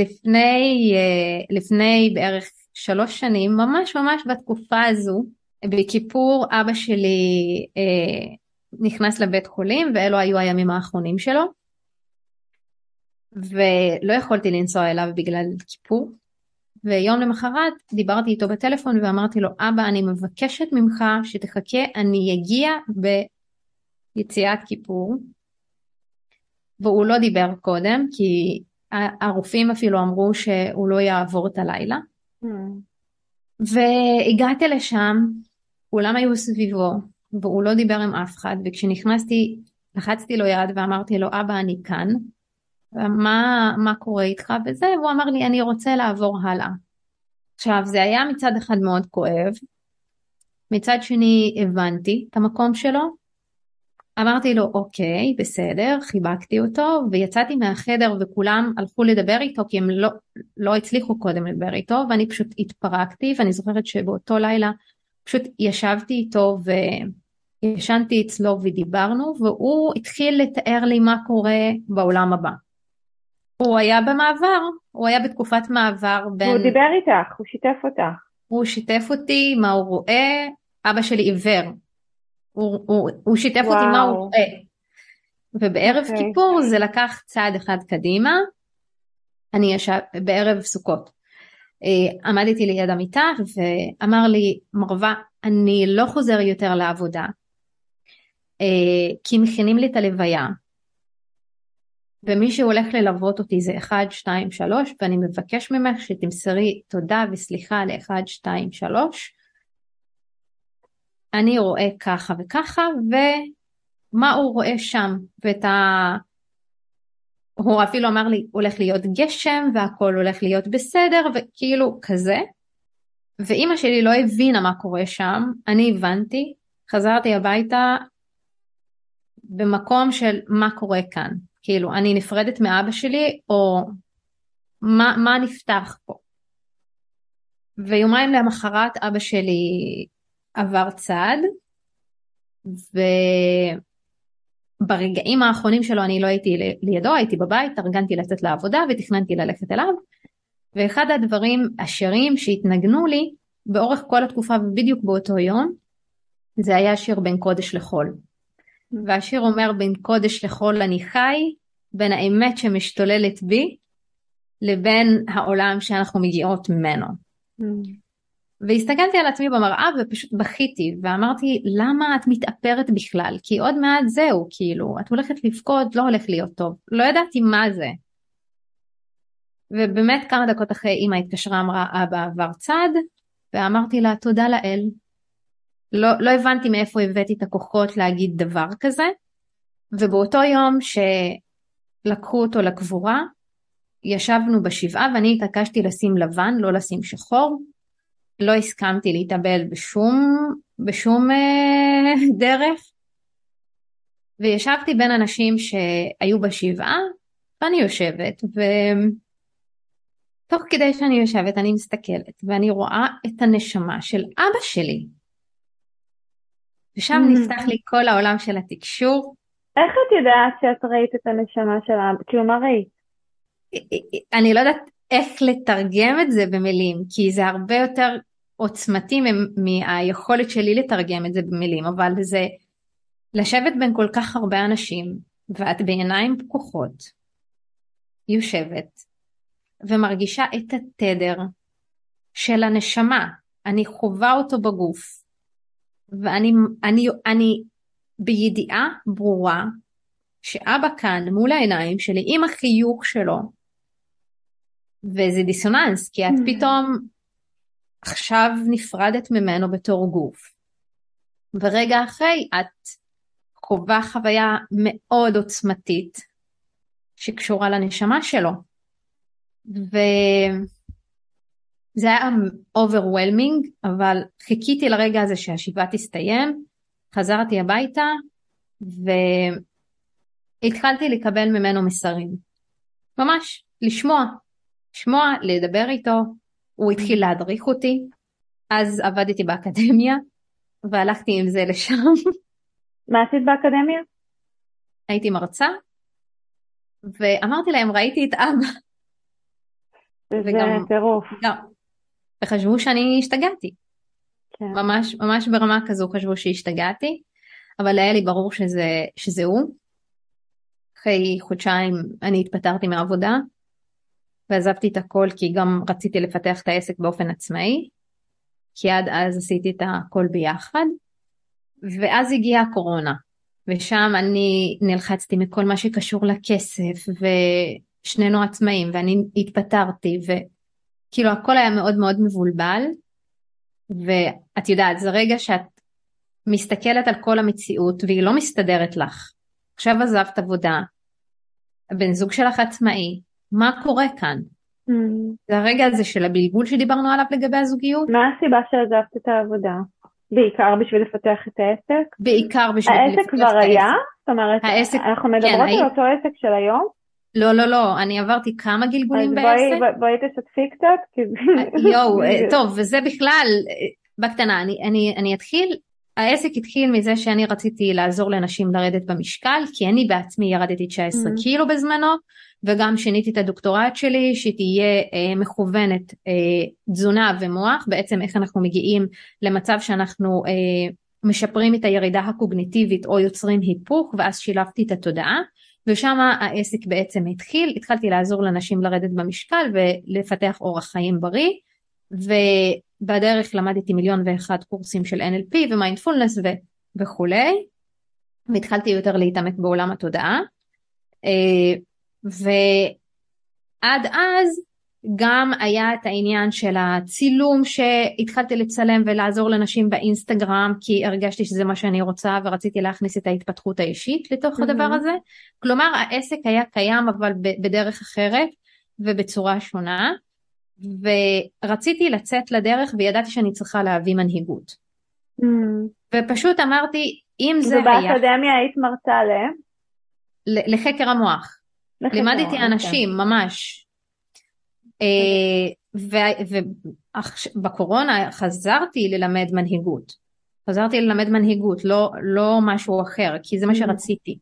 S3: לפני בערך 3 שנים, ממש בתקופה הזו, בכיפור אבא שלי נכנס לבית חולים, ואלו היו הימים האחרונים שלו. ולא יכולתי לנסוע אליו בגלל כיפור. ויום למחרת דיברתי איתו בטלפון ואמרתי לו, אבא, אני מבקשת ממך שתחכה, אני אגיע ביציאת כיפור. והוא לא דיבר קודם, כי הרופאים אפילו אמרו שהוא לא יעבור את הלילה. והגעתי לשם, כולם היו סביבו, והוא לא דיבר עם אף אחד, וכשנכנסתי, לחצתי לו יד ואמרתי לו, אבא, אני כאן, מה קורה איתך? וזה, והוא אמר לי, אני רוצה לעבור הלאה. עכשיו, זה היה מצד אחד מאוד כואב, מצד שני הבנתי את המקום שלו, אמרתי לו, אוקיי, בסדר, חיבקתי אותו, ויצאתי מהחדר וכולם הלכו לדבר איתו, כי הם לא הצליחו קודם לדבר איתו, ואני פשוט התפרקתי, ואני זוכרת שבאותו לילה פשוט ישבתי איתו וישנתי אצלו ודיברנו, והוא התחיל לתאר לי מה קורה בעולם הבא. הוא היה במעבר, הוא היה בתקופת מעבר בין...
S2: הוא דיבר איתך, הוא שיתף אותך.
S3: הוא שיתף אותי מה הוא רואה, אבא שלי עיוור. הוא שיתף אותי מה הוא רואה. ובערב כיפור זה לקח צעד אחד קדימה, אני ישב בערב סוכות. עמדתי ליד המיטה ואמר לי, מרווה, אני לא חוזר יותר לעבודה, כי מכינים לי את הלוויה. ומי שהולך ללוות אותי זה 1, 2, 3, ואני מבקש ממך שתמסרי תודה וסליחה ל1, 2, 3. אני רואה ככה וככה, ומה הוא רואה שם, הוא אפילו אמר לי, הולך להיות גשם, והכל הולך להיות בסדר, וכאילו כזה. ואמא שלי לא הבינה מה קורה שם, אני הבנתי, חזרתי הביתה במקום של מה קורה כאן. כאילו, אני נפרדת מאבא שלי, או מה נפתח פה. ויומיים למחרת אבא שלי עבר צעד, וברגעים האחרונים שלו אני לא הייתי לידו, הייתי בבית, ארגנתי לצאת לעבודה ותכננתי ללכת אליו, ואחד הדברים השירים שהתנגנו לי באורך כל התקופה ובדיוק באותו יום, זה היה שיר בין קודש לחול. והשיר אומר, בין קודש לחול אני חי, בין האמת שמשתוללת בי, לבין העולם שאנחנו מגיעות ממנו. והסתכלתי על עצמי במראה ופשוט בכיתי, ואמרתי, למה את מתאפרת בכלל? כי עוד מעט זהו, כאילו, את הולכת לבכות, לא הולך להיות טוב. לא ידעתי מה זה. ובאמת כמה דקות אחרי אמא התקשרה, אמרה, אבא עבר צד, ואמרתי לה, תודה לאל. לא הבנתי מאיפה הבאתי את הכוחות להגיד דבר כזה, ובאותו יום שלקחו אותו לקבורה, ישבנו בשבעה, ואני התעקשתי לשים לבן, לא לשים שחור, לא הסכמתי להתאבל בשום דרך, וישבתי בין אנשים שהיו בשבעה, ואני יושבת, ותוך כדי שאני יושבת אני מסתכלת, ואני רואה את הנשמה של אבא שלי, ושם נפתח לי כל העולם של התקשור.
S2: איך את יודעת שאת ראית את הנשמה של אבא? כאילו, מה ראית?
S3: אני לא יודעת איך לתרגם את זה במילים, כי זה הרבה יותר עוצמתי מהיכולת שלי לתרגם את זה במילים, אבל זה לשבת בין כל כך הרבה אנשים, ואת בעיניים פקוחות, יושבת, ומרגישה את התדר של הנשמה, אני חווה אותו בגוף, ואני בידיעה ברורה, שאבא כאן מול העיניים שלי, עם החיוך שלו, וזה דיסוננס, כי את פתאום עכשיו נפרדת ממנו בתור גוף. ורגע אחרי את חווה חוויה מאוד עוצמתית, שקשורה לנשמה שלו. וזה היה overwhelming, אבל חיכיתי לרגע הזה שהשבעה תסתיים, חזרתי הביתה, והתחלתי לקבל ממנו מסרים. ממש, לשמוע, לדבר איתו, הוא התחיל להדריך אותי, אז עבדתי באקדמיה, והלכתי עם זה לשם.
S2: מה עשית באקדמיה?
S3: הייתי מרצה, ואמרתי להם, ראיתי את אבא.
S2: זה טירוף.
S3: וחשבו שאני השתגעתי.
S2: כן.
S3: ממש ברמה כזו חשבו שהשתגעתי, אבל היה לי ברור שזה הוא. אחרי חודשיים אני התפטרתי מהעבודה, ועזבתי את הכל כי גם רציתי לפתח את העסק באופן עצמאי, כי עד אז עשיתי את הכל ביחד, ואז הגיעה הקורונה, ושם אני נלחצתי מכל מה שקשור לכסף, ושנינו עצמאים, ואני התפטרתי, וכאילו הכל היה מאוד מאוד מבולבל, ואת יודעת, זה רגע שאת מסתכלת על כל המציאות, והיא לא מסתדרת לך. עכשיו עזבת עבודה, הבן זוג שלך עצמאי, מה קורה כאן? זה הרגע הזה של הבלבול שדיברנו עליו לגבי הזוגיות.
S2: מה הסיבה שעזבת את העבודה? בעיקר בשביל לפתח את העסק?
S3: בעיקר בשביל לפתח את העסק.
S2: העסק כבר היה? זאת אומרת, אנחנו מדברות על אותו עסק של היום?
S3: לא, אני עברתי כמה גלגולים בעסק.
S2: אז בואי תשתפי קצת.
S3: יואו, טוב, וזה בכלל, בקטנה, אני אתחיל, העסק התחיל מזה שאני רציתי לעזור לנשים לרדת במשקל, כי אני בעצמי ירדתי 19 קילו בזמנו, וגם שיניתי את הדוקטורט שלי, שתהיה מכוונת תזונה ומוח, בעצם איך אנחנו מגיעים למצב שאנחנו משפרים את הירידה הקוגניטיבית, או יוצרים היפוך, ואז שילבתי את התודעה, ושם העסק בעצם התחלתי לעזור לנשים לרדת במשקל, ולפתח אורח חיים בריא, ובדרך למדתי 1,001,000 קורסים של NLP ומיינדפולנס וכולי, והתחלתי יותר להתעמק בעולם התודעה, ועד אז גם היה את העניין של הצילום שהתחלתי לצלם ולעזור לנשים באינסטגרם, כי הרגשתי שזה מה שאני רוצה ורציתי להכניס את ההתפתחות האישית לתוך הדבר הזה. כלומר העסק היה קיים אבל בדרך אחרת ובצורה שונה, ורציתי לצאת לדרך וידעתי שאני צריכה להביא מנהיגות. ופשוט אמרתי, אם זה היה...
S2: ובאקדמיה היית מרצה
S3: לחקר המוח. לימדתי אנשים ממש. ובקורונה חזרתי ללמד מנהיגות. לא משהו אחר, כי זה מה שרציתי.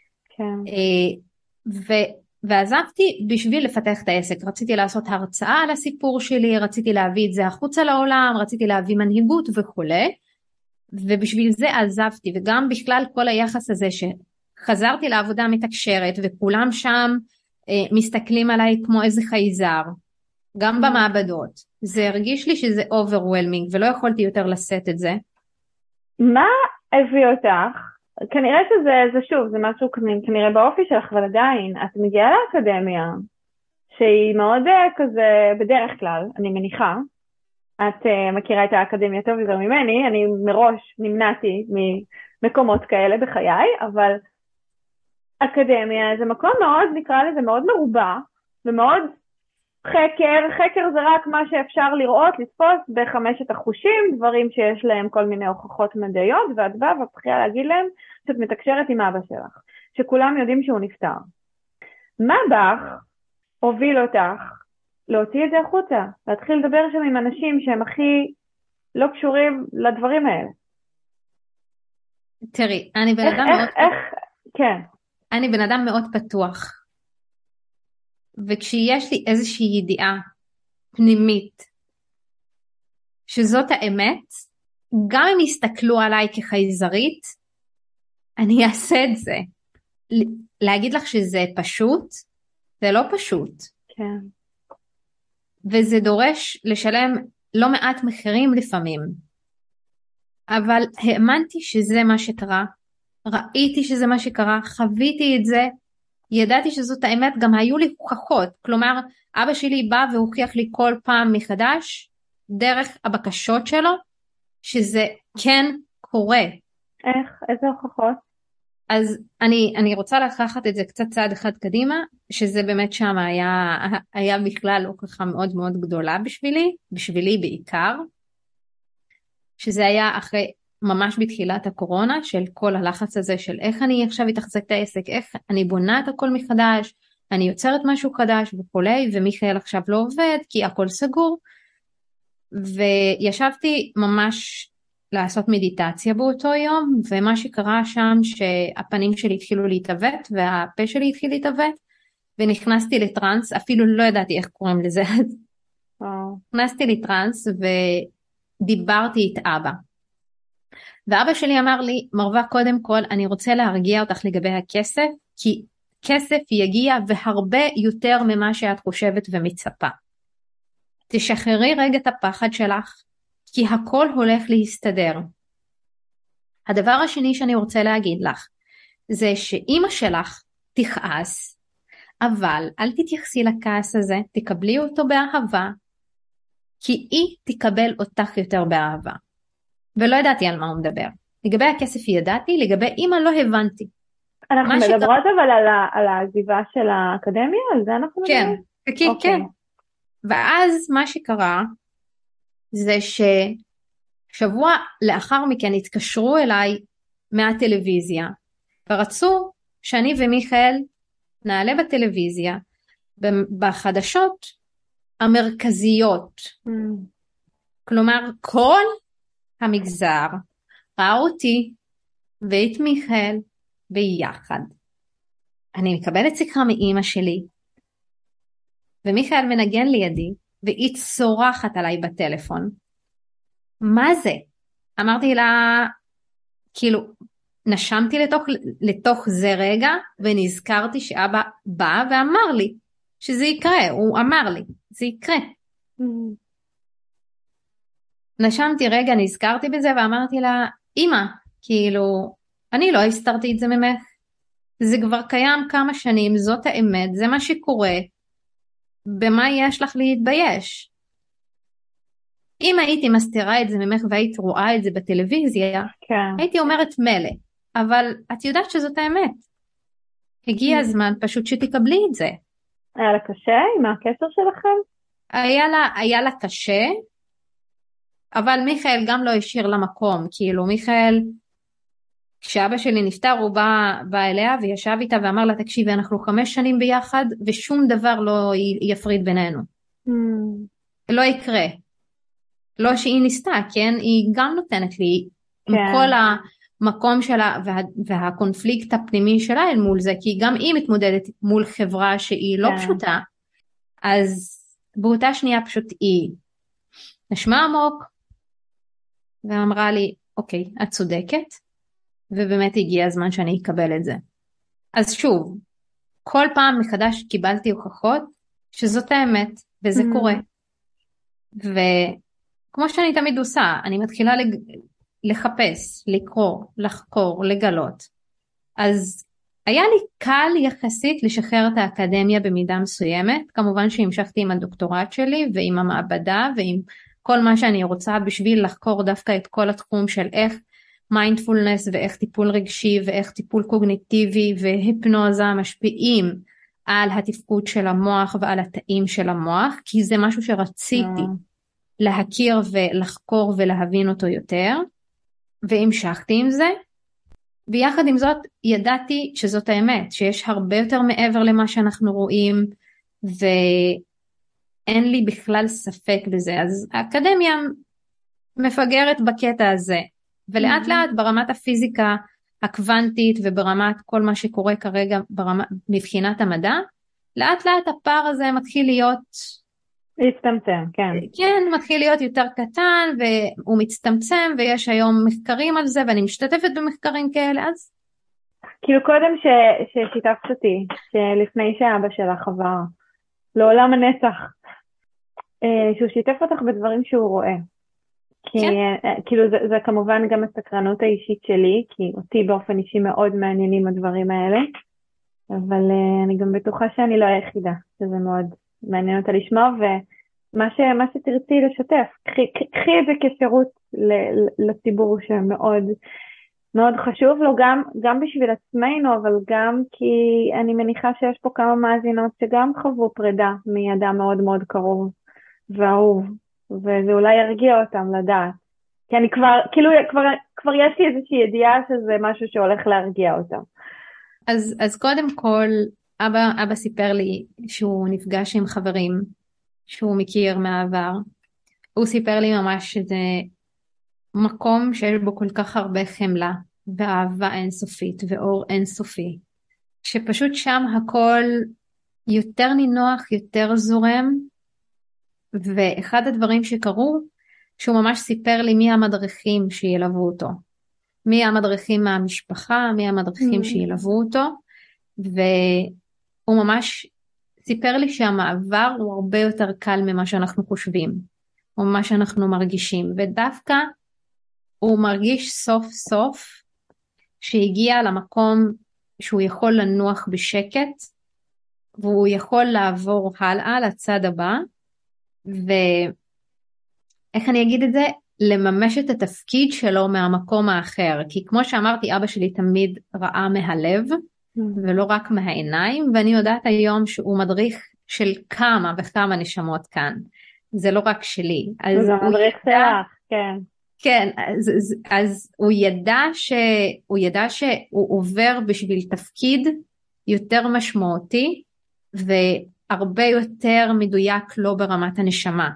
S3: ועזבתי בשביל לפתח את העסק. רציתי לעשות הרצאה על הסיפור שלי, רציתי להביא את זה החוצה לעולם, רציתי להביא מנהיגות וכו'. ובשביל זה עזבתי, וגם בכלל כל היחס הזה שחזרתי לעבודה מתקשרת, וכולם שם מסתכלים עליי כמו איזה חייזר, גם במעבדות. זה הרגיש לי שזה overwhelming, ולא יכולתי יותר לשאת את זה.
S2: מה הביא אותך? כנראה שזה שוב, זה משהו כנראה באופי שלך, אבל עדיין, את מגיעה לאקדמיה, שהיא מאוד כזה, בדרך כלל, אני מניחה, את מכירה את האקדמיה טוב יותר ממני, אני מראש נמנעתי ממקומות כאלה בחיי, אבל אקדמיה זה מקום מאוד, נקרא לזה, מאוד מרובע, ומאוד חקר זה רק מה שאפשר לראות, לתפוס בחמשת החושים, דברים שיש להם כל מיני הוכחות מדעיות, ואת באה וצריכה להגיד להם שאת מתקשרת עם אבא שלך, שכולם יודעים שהוא נפטר. מה בך הוביל אותך להוציא את זה החוצה, להתחיל לדבר שם עם אנשים שהם הכי לא קשורים לדברים האלה?
S3: תראי, אני בן אדם מאוד פתוח. וכשיש לי איזושהי ידיעה פנימית שזאת האמת, גם אם יסתכלו עליי כחייזרית, אני אעשה את זה. להגיד לך שזה פשוט, זה לא פשוט.
S2: כן.
S3: וזה דורש לשלם לא מעט מחירים לפעמים. אבל האמנתי שזה מה שקרה, ראיתי שזה מה שקרה, חוויתי את זה, ידעתי שזאת האמת, גם היו לי הוכחות, כלומר, אבא שלי בא והוכיח לי כל פעם מחדש, דרך הבקשות שלו, שזה כן קורה.
S2: איך? איזה הוכחות?
S3: אז אני רוצה לקחת את זה קצת צעד אחד קדימה, שזה באמת שם היה בכלל הוכחה מאוד מאוד גדולה בשבילי בעיקר, שזה היה אחרי ממש בתחילת הקורונה, של כל הלחץ הזה של איך אני עכשיו אתחזק את העסק, איך אני בונה את הכל מחדש, אני יוצרת משהו חדש וכולי, ומיכאל עכשיו לא עובד כי הכל סגור, וישבתי ממש לעשות מדיטציה באותו יום, ומה שקרה שם שהפנים שלי התחילו להתעוות, והפה שלי התחיל להתעוות, ונכנסתי לטרנס, אפילו לא ידעתי איך קוראים לזה, נכנסתי לטרנס ודיברתי את אבא. ואבא שלי אמר לי, מרווה, קודם כל, אני רוצה להרגיע אותך לגבי הכסף, כי כסף יגיע והרבה יותר ממה שאת חושבת ומצפה. תשחררי רגע את הפחד שלך, כי הכל הולך להסתדר. הדבר השני שאני רוצה להגיד לך, זה שאמא שלך תכעס, אבל אל תתייחסי לכעס הזה, תקבלי אותו באהבה, כי היא תקבל אותך יותר באהבה. ולא ידעתי על מה הוא מדבר. לגבי הכסף ידעתי, לגבי אמא לא הבנתי.
S2: אנחנו מדברות אבל על העזיבה של האקדמיה? על זה אנחנו מדברים?
S3: כן, כן. ואז מה שקרה, זה ששבוע לאחר מכן התקשרו אליי מהטלוויזיה, ורצו שאני ומיכאל נעלה בטלוויזיה, בחדשות המרכזיות. כלומר, כל המגזר ראה אותי ואת מיכאל ביחד. אני מקבלת שיחה מאמא שלי, ומיכאל מנגן לידי, והיא צורחת עליי בטלפון. מה זה? אמרתי לה, כאילו, נשמתי לתוך זה רגע, ונזכרתי שאבא בא ואמר לי, שזה יקרה, הוא אמר לי, זה יקרה. נשמתי רגע, נזכרתי בזה, ואמרתי לה, אמא, כאילו, אני לא הסתרתי את זה ממך, זה כבר קיים כמה שנים, זאת האמת, זה מה שקורה, במה יש לך להתבייש? אם הייתי מסתירה את זה ממך והיית רואה את זה בטלוויזיה,
S2: כן.
S3: הייתי אומרת מלא, אבל את יודעת שזאת האמת. הגיע הזמן פשוט שתקבלי את זה.
S2: היה לה קשה עם הקשר שלכם?
S3: היה לה קשה, אבל מיכאל גם לא השאיר לה מקום, כאילו מיכאל, כשאבא שלי נפטר הוא בא אליה וישב איתה ואמר לה, תקשיבי, אנחנו 5 שנים ביחד ושום דבר לא יפריד בינינו. לא יקרה. לא שהיא ניסתה, כן? היא גם נותנת לי עם כל המקום שלה והקונפליקט הפנימי שלה אל מול זה, כי גם היא מתמודדת מול חברה שהיא לא פשוטה. אז באותה שנייה פשוט היא נשמה עמוק ואמרה לי, אוקיי, את צודקת, ובאמת הגיע הזמן שאני אקבל את זה. אז שוב, כל פעם מחדש קיבלתי הוכחות שזאת האמת, וזה קורה. וכמו שאני תמיד עושה, אני מתחילה לחפש, לקרוא, לחקור, לגלות. אז היה לי קל יחסית לשחרר את האקדמיה במידה מסוימת, כמובן שהמשכתי עם הדוקטורט שלי ועם המעבדה ועם כל מה שאני רוצה בשביל לחקור דווקא את כל התחום של איך מיינדפולנס ואיך טיפול רגשי ואיך טיפול קוגניטיבי והיפנוזה משפיעים על התפקוד של המוח ועל התאים של המוח, כי זה משהו שרציתי להכיר ולחקור ולהבין אותו יותר, והמשכתי עם זה, ויחד עם זאת ידעתי שזאת האמת, שיש הרבה יותר מעבר למה שאנחנו רואים, ואין לי בכלל ספק בזה. אז האקדמיה מפגרת בקטע הזה, ולאט לאט ברמת הפיזיקה הקוונטית וברמת כל מה שקורה כרגע מבחינת המדע, לאט לאט הפער הזה מתחיל להיות
S2: להצטמצם, כן.
S3: כן, מתחיל להיות יותר קטן והוא מצטמצם, ויש היום מחקרים על זה ואני משתתפת במחקרים כאלה. אז
S2: כאילו קודם ששיתפת אותי, שלפני שאבא שלך עבר לעולם הנצח, שהוא שיתף אותך בדברים שהוא רואה. כי, כאילו זה כמובן גם הסקרנות האישית שלי, כי אותי באופן אישי מאוד מעניינים הדברים האלה, אבל אני גם בטוחה שאני לא היחידה, שזה מאוד מעניין אותה לשמוע, ומה שתרצי לשתף, קחי את זה כשירות לציבור שמאוד מאוד חשוב לו, גם בשביל עצמנו, אבל גם כי אני מניחה שיש פה כמה מאזינות שגם חוו פרידה מאדם מאוד מאוד קרוב ואהוב, וזה אולי ירגיע אותם לדעת. כי אני כבר יש לי איזושהי ידיעה שזה משהו שהולך להרגיע אותם.
S3: אז קודם כל, אבא סיפר לי שהוא נפגש עם חברים שהוא מכיר מהעבר. הוא סיפר לי ממש שזה מקום שיש בו כל כך הרבה חמלה ואהבה אינסופית ואור אינסופי, שפשוט שם הכל יותר נינוח, יותר זורם. ואחד הדברים שקרו, שהוא ממש סיפר לי מי המדריכים שילוו אותו, מי המדריכים מהמשפחה, מי המדריכים שילוו אותו, והוא ממש סיפר לי שהמעבר הוא הרבה יותר קל ממה שאנחנו חושבים, או ממה שאנחנו מרגישים, ודווקא הוא מרגיש סוף סוף שהגיע למקום שהוא יכול לנוח בשקט, והוא יכול לעבור הלאה לצד הבא, ואיך אני אגיד את זה? לממש את התפקיד שלו מהמקום האחר, כי כמו שאמרתי, אבא שלי תמיד ראה מהלב, ולא רק מהעיניים, ואני יודעת היום שהוא מדריך של כמה וכמה נשמות כאן, זה לא רק שלי.
S2: זה מדריך שלך, כן.
S3: כן, אז הוא ידע שהוא עובר בשביל תפקיד יותר משמעותי, והרבה יותר מדויק לא ברמת הנשמה.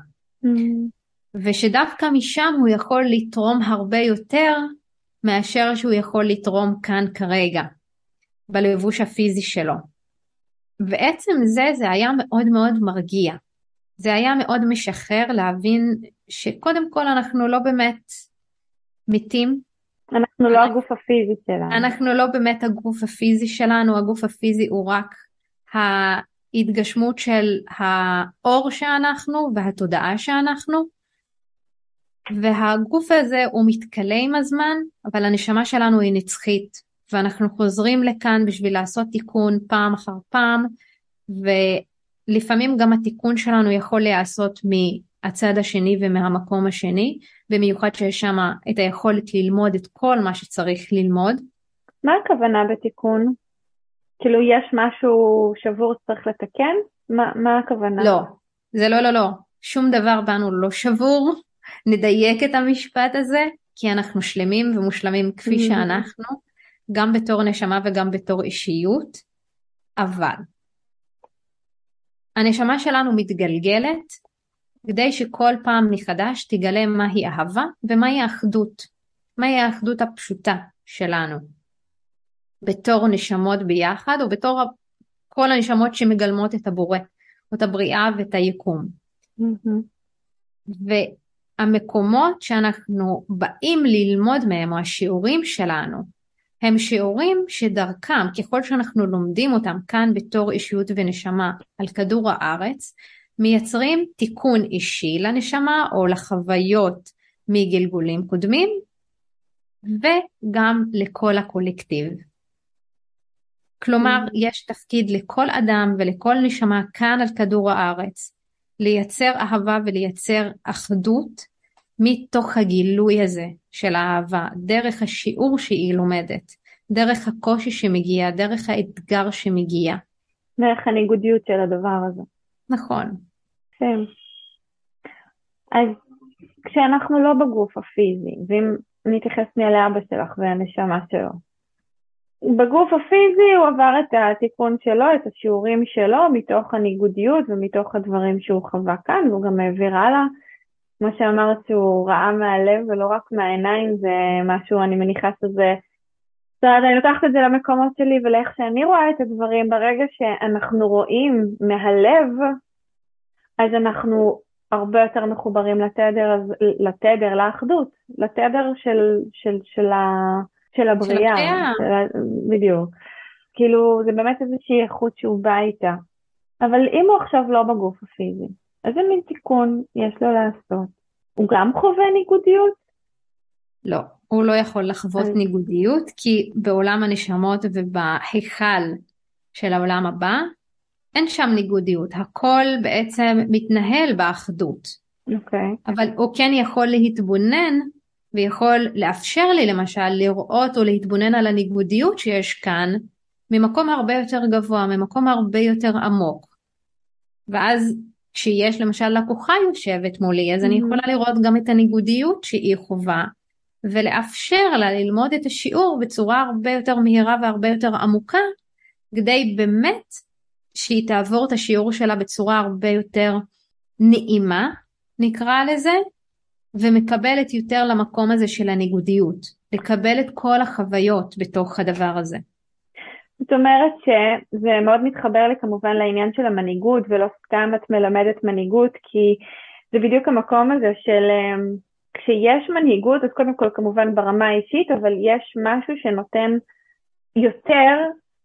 S3: ושדווקא משם הוא יכול לתרום הרבה יותר, מאשר שהוא יכול לתרום כאן כרגע, בלבוש הפיזי שלו. ועצם זה היה מאוד מאוד מרגיע. זה היה מאוד משחרר להבין שקודם כל אנחנו לא באמת מתים.
S2: אנחנו לא הגוף הפיזי שלנו.
S3: אנחנו לא באמת הגוף הפיזי שלנו, הגוף הפיזי הוא רק ההתגשמות של האור שאנחנו והתודעה שאנחנו. והגוף הזה הוא מתקלה עם הזמן, אבל הנשמה שלנו היא נצחית. ואנחנו חוזרים לכאן בשביל לעשות תיקון פעם אחר פעם, ולפעמים גם התיקון שלנו יכול להיעשות מהצד השני ומהמקום השני, במיוחד שיש שם את היכולת ללמוד את כל מה שצריך ללמוד.
S2: מה הכוונה בתיקון? כאילו יש משהו שבור שצריך לתקן? מה הכוונה?
S3: לא, זה לא. שום דבר בנו לא שבור. נדייק את המשפט הזה, כי אנחנו שלמים ומושלמים כפי שאנחנו, גם בתור נשמה וגם בתור אישיות, אבל הנשמה שלנו מתגלגלת, כדי שכל פעם מחדש תגלה מהי אהבה ומהי האחדות, מהי האחדות הפשוטה שלנו, בתור נשמות ביחד, או בתור כל הנשמות שמגלמות את הבורא, את הבריאה ואת היקום. והמקומות שאנחנו באים ללמוד מהם, או השיעורים שלנו, הם שיעורים שדרכם, ככל שאנחנו לומדים אותם כאן בתור אישיות ונשמה על כדור הארץ, מייצרים תיקון אישי לנשמה או לחוויות מגלגולים קודמים, וגם לכל הקולקטיב. כלומר, יש תפקיד לכל אדם ולכל נשמה כאן על כדור הארץ, לייצר אהבה ולייצר אחדות, מתוך הגילוי הזה של האהבה, דרך השיעור שהיא לומדת, דרך הקושי שמגיע, דרך האתגר שמגיע.
S2: דרך הניגודיות של הדבר הזה.
S3: נכון.
S2: כן. אז כשאנחנו לא בגוף הפיזי, ואם נתייחס לאבא שלך והנשמה שלו, בגוף הפיזי הוא עבר את התיקון שלו, את השיעורים שלו, מתוך הניגודיות ומתוך הדברים שהוא חווה כאן, והוא גם העביר הלאה. כמו שאמרת שהוא ראה מהלב ולא רק מהעיניים, זה משהו, אני מניחה שזה, זאת אומרת, אני לוקחת את זה למקומות שלי ולאיך שאני רואה את הדברים, ברגע שאנחנו רואים מהלב, אז אנחנו הרבה יותר מחוברים לתדר, לאחדות, לתדר של הבריאה, בדיוק. כאילו, זה באמת איזושהי איכות שהוא בא איתה. אבל אם הוא עכשיו לא בגוף הפיזי, איזה מין תיקון יש לו לעשות? הוא גם חווה ניגודיות?
S3: לא, הוא לא יכול לחוות ניגודיות, כי בעולם הנשמות ובהיכל של העולם הבא, אין שם ניגודיות. הכל בעצם מתנהל באחדות.
S2: אוקיי.
S3: אבל הוא כן יכול להתבונן, ויכול לאפשר לי למשל לראות או להתבונן על הניגודיות שיש כאן, ממקום הרבה יותר גבוה, ממקום הרבה יותר עמוק. ואז כשיש למשל לקוחה יושבת מולי, אז אני יכולה לראות גם את הניגודיות שהיא חובה, ולאפשר לה ללמוד את השיעור בצורה הרבה יותר מהירה והרבה יותר עמוקה, כדי באמת שהיא תעבור את השיעור שלה בצורה הרבה יותר נעימה, נקרא לזה, ומקבלת יותר למקום הזה של הניגודיות, לקבל את כל החוויות בתוך הדבר הזה.
S2: זאת אומרת שזה מאוד מתחבר לי כמובן לעניין של המנהיגות, ולא סתם את מלמדת מנהיגות, כי זה בדיוק המקום הזה של כשיש מנהיגות, אז קודם כל כמובן ברמה האישית, אבל יש משהו שנותן יותר,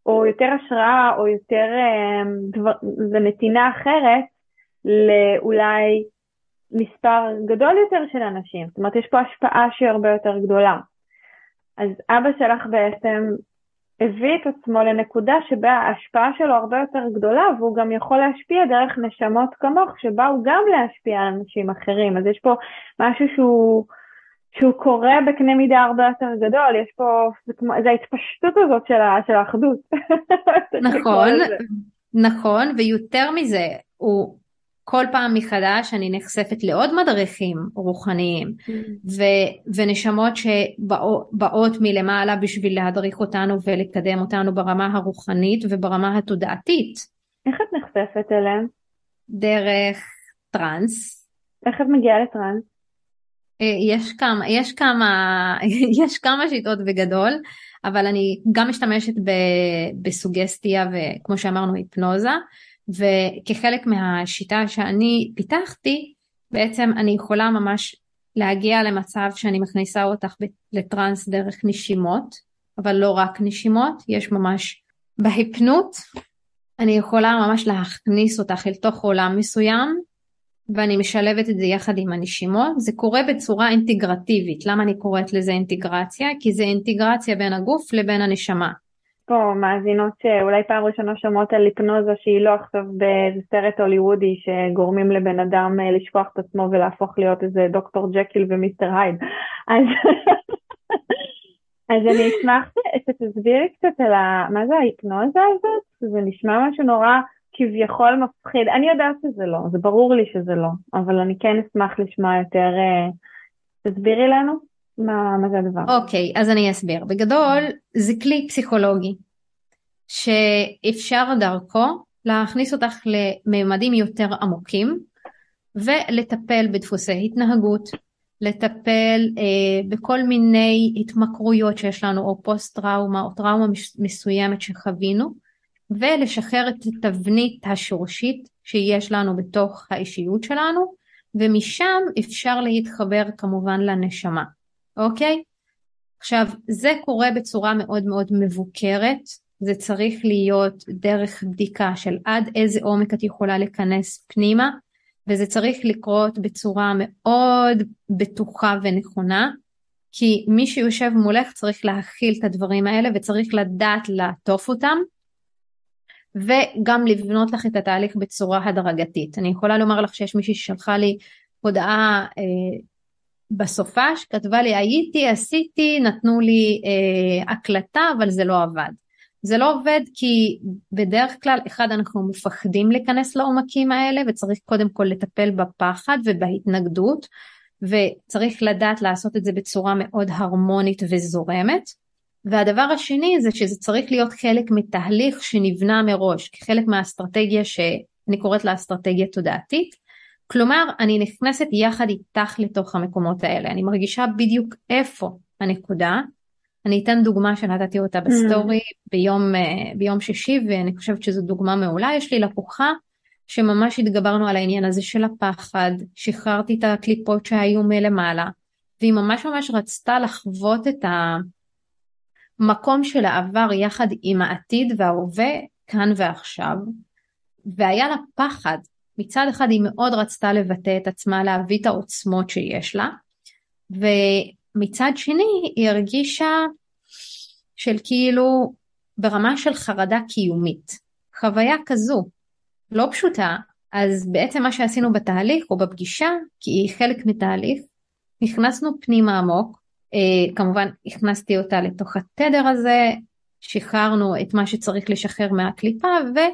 S2: או יותר השראה, או יותר נתינה אחרת, לאולי מספר גדול יותר של אנשים. זאת אומרת, יש פה השפעה שהיא הרבה יותר גדולה. אז אבא שלך בעצם הביא את עצמו לנקודה שבה ההשפעה שלו הרבה יותר גדולה, והוא גם יכול להשפיע דרך נשמות כמוך, שבאו גם להשפיע על אנשים אחרים. אז יש פה משהו שהוא קורה בקנה מידה הרבה יותר גדול. יש פה, זה ההתפשטות הזאת של האחדות.
S3: נכון, נכון, ויותר מזה, כל פעם מחדש אני נחשפת לעוד מדריכים רוחניים, ונשמות שבאות מלמעלה בשביל להדריך אותנו ולקדם אותנו ברמה הרוחנית וברמה התודעתית.
S2: איך את נחשפת אליהם?
S3: דרך טרנס.
S2: איך את מגיעה לטרנס?
S3: יש כמה שיטות בגדול, אבל אני גם משתמשת בסוגסטיה וכמו שאמרנו היפנוזה, וכחלק מהשיטה שאני פיתחתי, בעצם אני יכולה ממש להגיע למצב שאני מכניסה אותך לטרנס דרך נשימות, אבל לא רק נשימות, יש ממש בהיפנות, אני יכולה ממש להכניס אותך אל תוך עולם מסוים, ואני משלבת את זה יחד עם הנשימות. זה קורה בצורה אינטגרטיבית. למה אני קוראת לזה אינטגרציה? כי זה אינטגרציה בין הגוף לבין הנשמה.
S2: פה מאזינות שאולי פעם ראשונה שומעות על היפנוזה שהיא לא עכשיו באיזה סרט הוליוודי שגורמים לבן אדם לשכוח את עצמו ולהפוך להיות איזה דוקטור ג'קיל ומיסטר הייד. אז אני אשמח שתסבירי קצת על מה זה ההיפנוזה הזאת. זה נשמע משהו נורא כביכול מפחיד. אני יודעת שזה לא, זה ברור לי שזה לא, אבל אני כן אשמח לשמוע יותר. תסבירי לנו מה זה הדבר.
S3: אוקיי, אז אני אסביר. בגדול זה כלי פסיכולוגי שאפשר דרכו להכניס אותך לממדים יותר עמוקים ולטפל בדפוסי התנהגות, לטפל בכל מיני התמכרויות שיש לנו או פוסט טראומה או טראומה מסוימת שחווינו, ולשחרר את התבנית השורשית שיש לנו בתוך האישיות שלנו, ומשם אפשר להתחבר כמובן לנשמה. אוקיי? עכשיו, זה קורה בצורה מאוד מאוד מבוקרת, זה צריך להיות דרך בדיקה של עד איזה עומק את יכולה להיכנס פנימה, וזה צריך לקרות בצורה מאוד בטוחה ונכונה, כי מי שיושב מולך צריך להכיל את הדברים האלה, וצריך לדעת לעטוף אותם, וגם לבנות לך את התהליך בצורה הדרגתית. אני יכולה לומר לך שיש מישהי ששלחה לי הודעה בסופה, שכתבה לי, עשיתי, נתנו לי הקלטה, אבל זה לא עבד. זה לא עובד כי בדרך כלל, אחד, אנחנו מפחדים להיכנס לעומקים האלה, וצריך קודם כל לטפל בפחד ובהתנגדות, וצריך לדעת לעשות את זה בצורה מאוד הרמונית וזורמת. והדבר השני זה שזה צריך להיות חלק מתהליך שנבנה מראש, כחלק מהאסטרטגיה שאני קוראת לה אסטרטגיה תודעתית. כלומר, אני נכנסת יחד איתך לתוך המקומות האלה. אני מרגישה בדיוק איפה הנקודה. אני אתן דוגמה שנתתי אותה בסטורי ביום שישי, ואני חושבת שזו דוגמה מעולה. יש לי לקוחה שממש התגברנו על העניין הזה של הפחד, שחררתי את הקליפות שהיו מלמעלה, והיא ממש ממש רצתה לחוות את המקום של העבר יחד עם העתיד וההווה כאן ועכשיו, והיה לה פחד. מצד אחד היא מאוד רצתה לבטא את עצמה, להביא את העוצמות שיש לה, ומצד שני היא הרגישה של כאילו ברמה של חרדה קיומית, חוויה כזו, לא פשוטה. אז בעצם מה שעשינו בתהליך או בפגישה, כי היא חלק מתהליך, נכנסנו פנימה עמוק, כמובן הכנסתי אותה לתוך התדר הזה, שחררנו את מה שצריך לשחרר מהקליפה,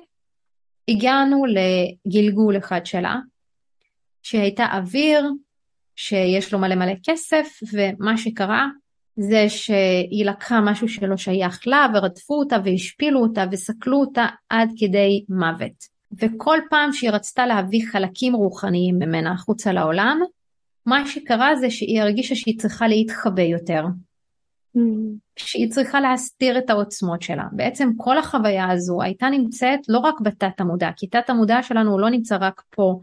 S3: והגענו לגלגול אחד שלה, שהייתה אוויר, שיש לו מלא מלא כסף, ומה שקרה זה שהיא לקחה משהו שלא שייך לה, ורדפו אותה והשפילו אותה וסקלו אותה עד כדי מוות. וכל פעם שהיא רצתה להביא חלקים רוחניים ממנה החוצה לעולם, מה שקרה זה שהיא הרגישה שהיא צריכה להתחבא יותר. שהיא צריכה להסתיר את העוצמות שלה. בעצם כל החוויה הזו הייתה נמצאת לא רק בתת המודע, כי תת המודע שלנו לא נמצא רק פה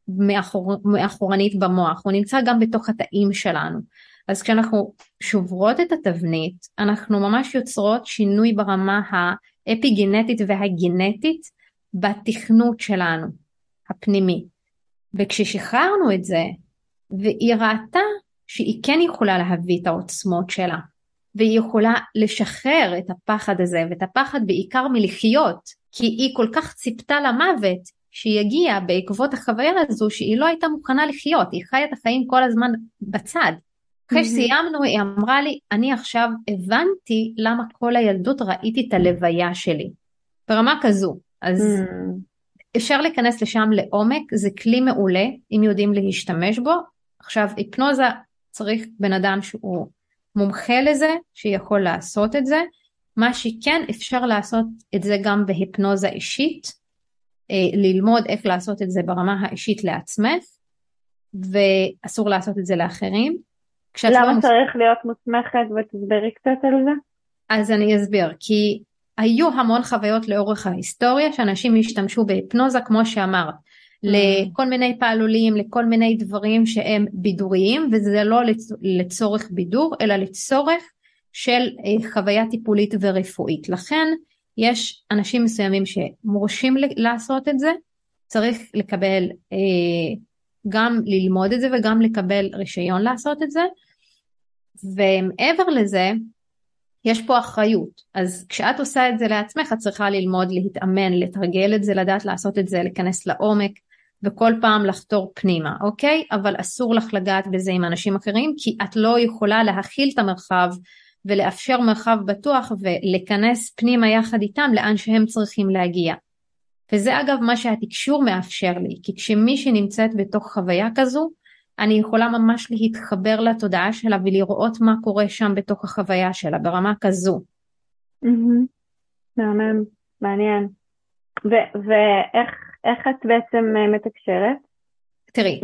S3: מאחורנית במוח, הוא נמצא גם בתוך התאים שלנו. אז כשאנחנו שוברות את התבנית, אנחנו ממש יוצרות שינוי ברמה האפיגנטית והגנטית בתכנות שלנו, הפנימי. וכששחררנו את זה, והיא ראתה שהיא כן יכולה להביא את העוצמות שלה, והיא יכולה לשחרר את הפחד הזה, ואת הפחד בעיקר מלחיות, כי היא כל כך ציפתה למוות, שהיא הגיעה בעקבות החוויה הזו, שהיא לא הייתה מוכנה לחיות, היא חיה את החיים כל הזמן בצד. אחרי שסיימנו, היא אמרה לי, אני עכשיו הבנתי למה כל הילדות ראיתי את הלוויה שלי. ברמה כזו, אז אפשר להיכנס לשם לעומק, זה כלי מעולה, אם יודעים להשתמש בו. עכשיו, היפנוזה צריך בן אדם שהוא מומחה לזה, שיכול לעשות את זה. מה שכן, אפשר לעשות את זה גם בהיפנוזה אישית, ללמוד איך לעשות את זה ברמה האישית לעצמך, ואסור לעשות את זה לאחרים.
S2: למה צריך להיות מוסמכת ותסברי קצת על זה?
S3: אז אני אסביר, כי היו המון חוויות לאורך ההיסטוריה, שאנשים השתמשו בהיפנוזה, כמו שאמרת, לכל מיני פעלולים, לכל מיני דברים שהם בידוריים, וזה לא לצורך בידור, אלא לצורך של חוויה טיפולית ורפואית. לכן יש אנשים מסוימים שמורשים לעשות את זה, צריך לקבל, גם ללמוד את זה וגם לקבל רישיון לעשות את זה, ומעבר לזה, יש פה אחריות. אז כשאת עושה את זה לעצמך, את צריכה ללמוד, להתאמן, לתרגל את זה, לדעת לעשות את זה, להיכנס לעומק, וכל פעם לחתור פנימה, אוקיי? אבל אסור לך לגעת בזה עם אנשים אחרים, כי את לא יכולה להכיל את המרחב, ולאפשר מרחב בטוח, ולהיכנס פנימה יחד איתם, לאן שהם צריכים להגיע. וזה אגב מה שהתקשור מאפשר לי, כי כשמי שנמצאת בתוך חוויה כזו, אני יכולה ממש להתחבר לתודעה שלה, ולראות מה קורה שם בתוך החוויה שלה, ברמה כזו.
S2: מעניין. ואיך את בעצם מתקשרת?
S3: תראי,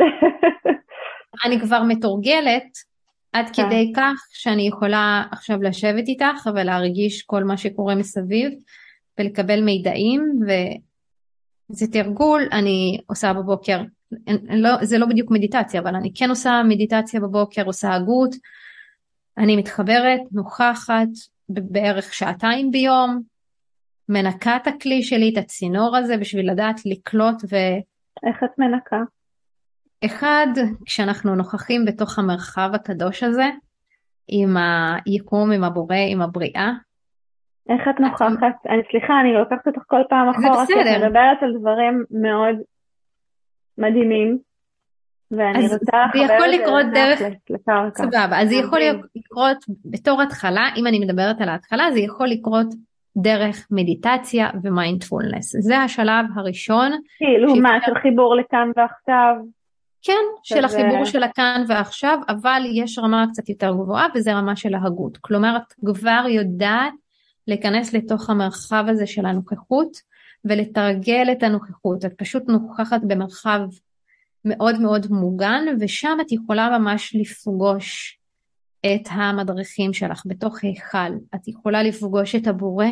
S3: אני כבר מתורגלת, עד כדי כך שאני יכולה עכשיו לשבת איתך, ולהרגיש כל מה שקורה מסביב, ולקבל מידעים, וזה תרגול, אני עושה בבוקר, זה לא בדיוק מדיטציה, אבל אני כן עושה מדיטציה בבוקר, עושה הגות, אני מתחברת, נוכחת, בערך שעתיים ביום, מנקה את הכלי שלי, את הצינור הזה, בשביל לדעת לקלוט
S2: איך את מנקה?
S3: אחד, כשאנחנו נוכחים בתוך המרחב הקדוש הזה, עם היקום, עם הבורא, עם הבריאה.
S2: איך את נוכחת? סליחה, אני לוקחת אותך כל פעם אחורה, כי את מדברת על דברים מאוד מדהימים, ואני רוצה לחבר את זה לקרקע.
S3: סבבה, אז זה יכול לקרות בתור התחלה, אם אני מדברת על ההתחלה, זה יכול לקרות דרך מדיטציה ומיינדפולנס. זה השלב הראשון.
S2: כאילו מה, של חיבור לכאן ועכשיו?
S3: כן, של החיבור של הכאן ועכשיו, אבל יש רמה קצת יותר גבוהה, וזה רמה של ההגות. כלומר, את כבר יודעת להיכנס לתוך המרחב הזה של הנוכחות, ולתרגל את הנוכחות. את פשוט נוכחת במרחב מאוד מאוד מוגן, ושם את יכולה ממש לפגוש את המדריכים שלך בתוך היכל. את יכולה לפגוש את הבורא,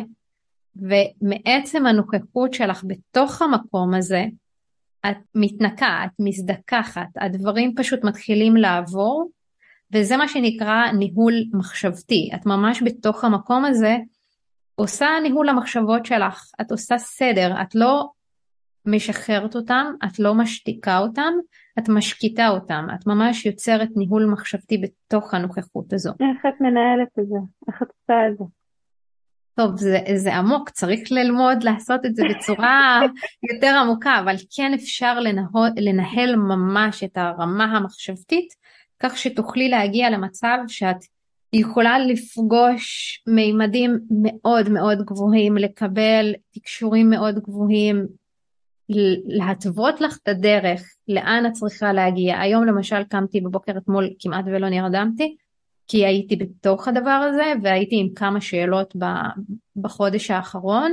S3: ומעצם הנוכחות שלך בתוך המקום הזה, את מתנקה, את מזדכחת, הדברים פשוט מתחילים לעבור, וזה מה שנקרא ניהול מחשבתי. את ממש בתוך המקום הזה, עושה ניהול המחשבות שלך, את עושה סדר, את לא משחררת אותם, את לא משתיקה אותם, את משקיטה אותם, את ממש יוצרת ניהול מחשבתי בתוך הנוכחות הזו.
S2: איך את מנהלת את זה? איך את עושה את זה?
S3: טוב, זה עמוק, צריך ללמוד לעשות את זה בצורה יותר עמוקה, אבל כן אפשר לנהל ממש את הרמה המחשבתית, כך שתוכלי להגיע למצב שאת יכולה לפגוש מימדים מאוד מאוד גבוהים, לקבל תקשורים מאוד גבוהים, להתוות לך את הדרך, לאן את צריכה להגיע. היום למשל קמתי בבוקר אתמול, כמעט ולא נרדמתי, כי הייתי בתוך הדבר הזה, והייתי עם כמה שאלות בחודש האחרון,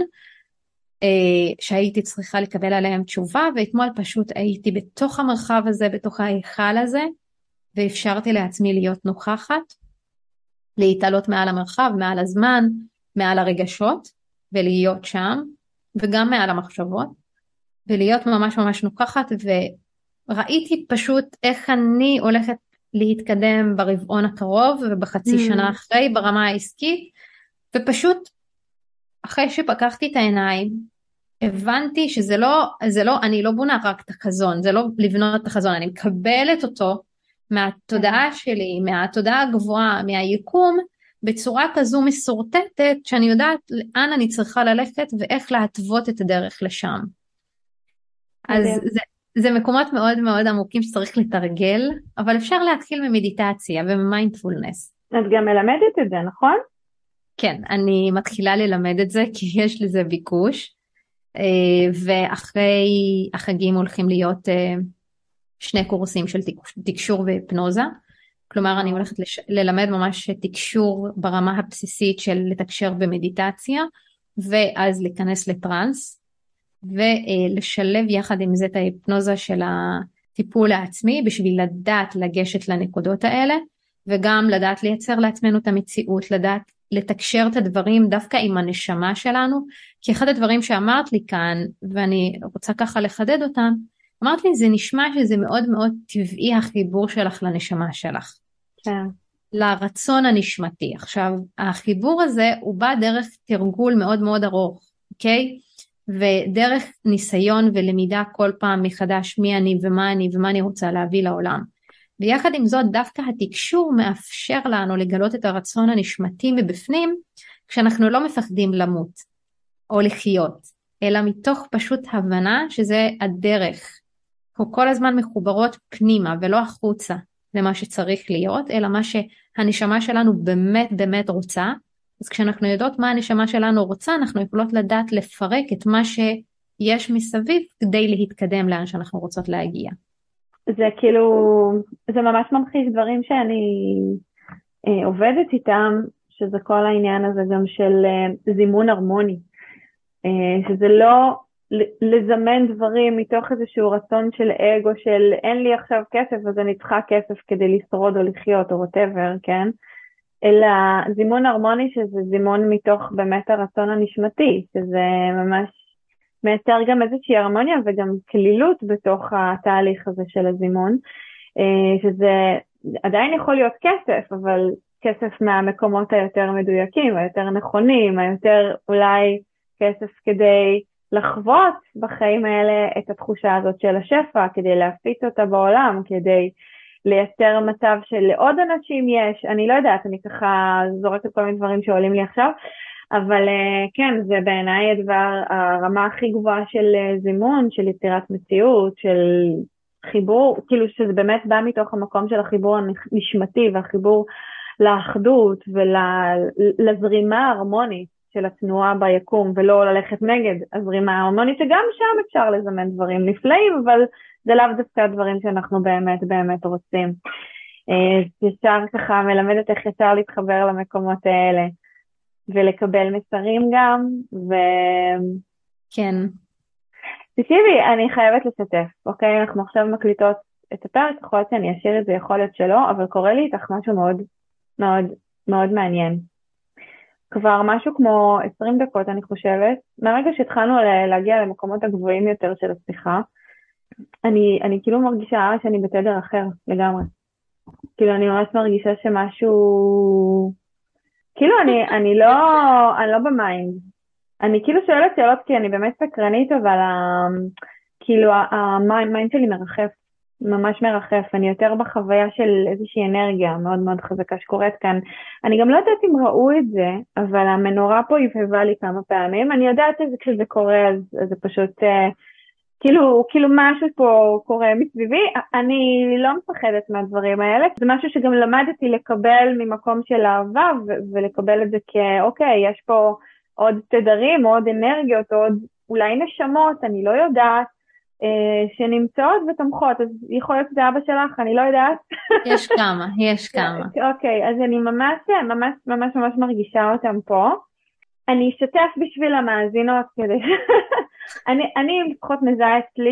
S3: שהייתי צריכה לקבל עליהם תשובה, ואתמול פשוט הייתי בתוך המרחב הזה, בתוך ההיכל הזה, ואפשרתי לעצמי להיות נוכחת, להתעלות מעל המרחב, מעל הזמן, מעל הרגשות, ולהיות שם, וגם מעל המחשבות, ולהיות ממש ממש נוכחת, וראיתי פשוט איך אני הולכת להתקדם ברבעון הקרוב, ובחצי שנה אחרי ברמה העסקית, ופשוט אחרי שפקחתי את העיניים, הבנתי אני לא בונה רק את החזון, זה לא לבנות את החזון, אני מקבלת אותו מהתודעה שלי, מהתודעה הגבוהה, מהיקום, בצורה כזו מסורטטת, שאני יודעת לאן אני צריכה ללכת, ואיך להתוות את הדרך לשם. אז זה מקומות מאוד מאוד עמוקים שצריך לתרגל, אבל אפשר להתחיל ממדיטציה וממיינדפולנס.
S2: את גם מלמדת את זה, נכון?
S3: כן, אני מתחילה ללמד את זה, כי יש לזה ביקוש. ואחרי החגים הולכים להיות 2 קורסים של תקשור והיפנוזה. כלומר, אני הולכת ללמד ממש תקשור ברמה הבסיסית של לתקשר במדיטציה, ואז להיכנס לטרנס, ולשלב יחד עם זה את ההיפנוזה של הטיפול העצמי, בשביל לדעת לגשת לנקודות האלה, וגם לדעת לייצר לעצמנו את המציאות, לדעת לתקשר את הדברים דווקא עם הנשמה שלנו, כי אחד הדברים שאמרת לי כאן, ואני רוצה ככה לחדד אותם, אמרת לי, זה נשמע שזה מאוד מאוד טבעי החיבור שלך לנשמה שלך.
S2: כן.
S3: לרצון הנשמתי. עכשיו, החיבור הזה הוא בא דרך תרגול מאוד מאוד ארוך, אוקיי? ודרך ניסיון ולמידה כל פעם מחדש מי אני ומה אני רוצה להביא לעולם. ויחד עם זאת, דווקא התקשור מאפשר לנו לגלות את הרצון הנשמתי מבפנים, כשאנחנו לא מפחדים למות או לחיות, אלא מתוך פשוט הבנה שזה הדרך. אנחנו כל הזמן מחוברות פנימה ולא החוצה למה שצריך להיות, אלא מה שהנשמה שלנו באמת באמת רוצה. אז כשאנחנו יודעות מה הנשמה שלנו רוצה, אנחנו יכולות לדעת לפרק את מה שיש מסביב כדי להתקדם לאן שאנחנו רוצות להגיע.
S2: זה כאילו, זה ממש ממחיש דברים שאני עובדת איתם, שזה כל העניין הזה גם של זימון הרמוני, שזה לא לזמן דברים מתוך איזשהו רצון של אגו, של אין לי עכשיו כסף אז אני צריכה כסף כדי לשרוד או לחיות או whatever, כן? אלא זימון הרמוני שזה זימון מתוך באמת הרצון הנשמתי, שזה ממש מייצר גם איזושהי הרמוניה וגם כלילות בתוך התהליך הזה של הזימון, שזה עדיין יכול להיות כסף, אבל כסף מהמקומות היותר מדויקים, היותר נכונים, היותר אולי כסף כדי לחוות בחיים האלה את התחושה הזאת של השפע, כדי להפיץ אותה בעולם, כדי לייצר מצב שלעוד אנשים יש, אני לא יודעת, אני ככה זורקת כל מיני דברים שעולים לי עכשיו, אבל כן, זה בעיניי הדבר, הרמה הכי גבוהה של זימון, של יצירת מציאות, של חיבור, כאילו שזה באמת בא מתוך המקום של החיבור הנשמתי והחיבור לאחדות ולזרימה ההרמונית של התנועה ביקום, ולא ללכת נגד הזרימה ההרמונית, שגם שם אפשר לזמן דברים נפלאים, אבל זה לאו דווקא דברים שאנחנו באמת באמת רוצים. ישר ככה מלמדת איך ישר להתחבר למקומות האלה. ולקבל מסרים גם,
S3: כן.
S2: תקשיבי, אני חייבת לשתף, אוקיי? אנחנו עכשיו מקליטות את הפרק, יכול להיות שאני אשאיר את זה, יכול להיות שלא, אבל קורה לי איתך משהו מאוד מאוד מאוד מעניין. כבר משהו כמו 20 דקות, אני חושבת, מהרגע שהתחלנו להגיע למקומות הגבוהים יותר של השיחה, אני כאילו מרגישה שאני בתדר אחר לגמרי. כאילו אני ממש מרגישה שמשהו... כאילו אני לא במיינד, אני כאילו שואלת שאלות כי אני באמת סקרנית, אבל כאילו המיינד שלי מרחף, ממש מרחף, אני יותר בחוויה של איזושהי אנרגיה מאוד מאוד חזקה שקורית כאן. אני גם לא יודעת אם ראו את זה, אבל המנורה פה הבהבה לי כמה פעמים, אני יודעת את זה כשזה קורה, אז זה פשוט... כאילו משהו פה קורה מסביבי, אני לא מפחדת מהדברים האלה, זה משהו שגם למדתי לקבל ממקום של אהבה, ולקבל את זה כאוקיי, יש פה עוד תדרים, עוד אנרגיות, עוד אולי נשמות, אני לא יודעת, שנמצאות ותומכות, אז יכול להיות זה אבא שלך, אני לא יודעת.
S3: יש כמה.
S2: אוקיי, אז אני ממש מרגישה אותם פה. אני אשתף בשביל המאזינות כדי אני לפחות מזהה אצלי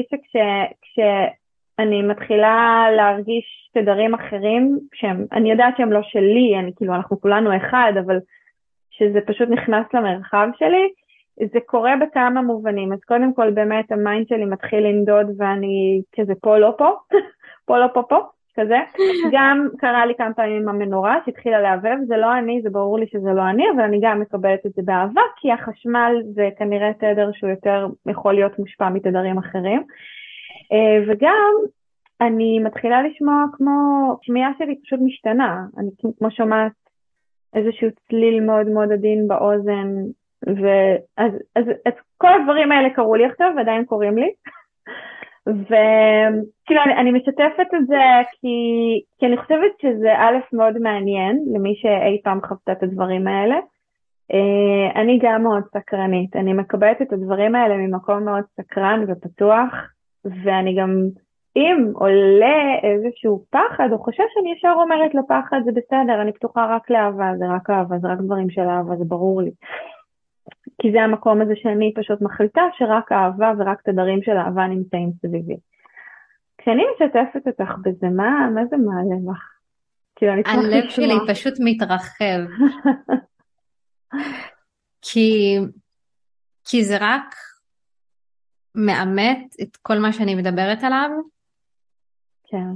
S2: שכשאני מתחילה להרגיש תדרים אחרים, אני יודעת שהם לא שלי, אנחנו כולנו אחד, אבל שזה פשוט נכנס למרחב שלי, זה קורה בכמה מובנים. אז קודם כל באמת המיינד שלי מתחיל לנדוד ואני כזה פה לא פה, פה לא פה פה, כזה. גם קרה לי כמה פעמים עם המנורה שהתחילה להבהב, זה לא אני, זה ברור לי שזה לא אני, אבל אני גם מקבלת את זה באהבה, כי החשמל זה כנראה תדר שהוא יותר יכול להיות מושפע מתדרים אחרים. וגם אני מתחילה לשמוע כמו, שמיעה שלי פשוט משתנה, אני כמו שומעת איזשהו צליל מאוד מאוד עדין באוזן, אז כל הדברים האלה קרו לי עכשיו ועדיין קוראים לי. וכאילו אני משתפת את זה כי אני חושבת שזה א' מאוד מעניין למי שאי פעם חוותה את הדברים האלה. אני גם מאוד סקרנית, אני מקבלת את הדברים האלה ממקום מאוד סקרן ופתוח, ואני גם אם עולה איזשהו פחד או חושש, אני ישר אומרת לפחד זה בסדר, אני פתוחה רק לאהבה, זה רק אהבה, זה רק דברים של אהבה, זה ברור לי. כי זה המקום הזה שאני פשוט מחליטה שרק אהבה ורק תדרים של אהבה נמצאים סביבי. כשאני משתפת אותך בזה, מה זה מעלה לך? כאילו,
S3: הלב שלי פשוט מתרחב. כי זה רק מאמת את כל מה שאני מדברת עליו.
S2: כן.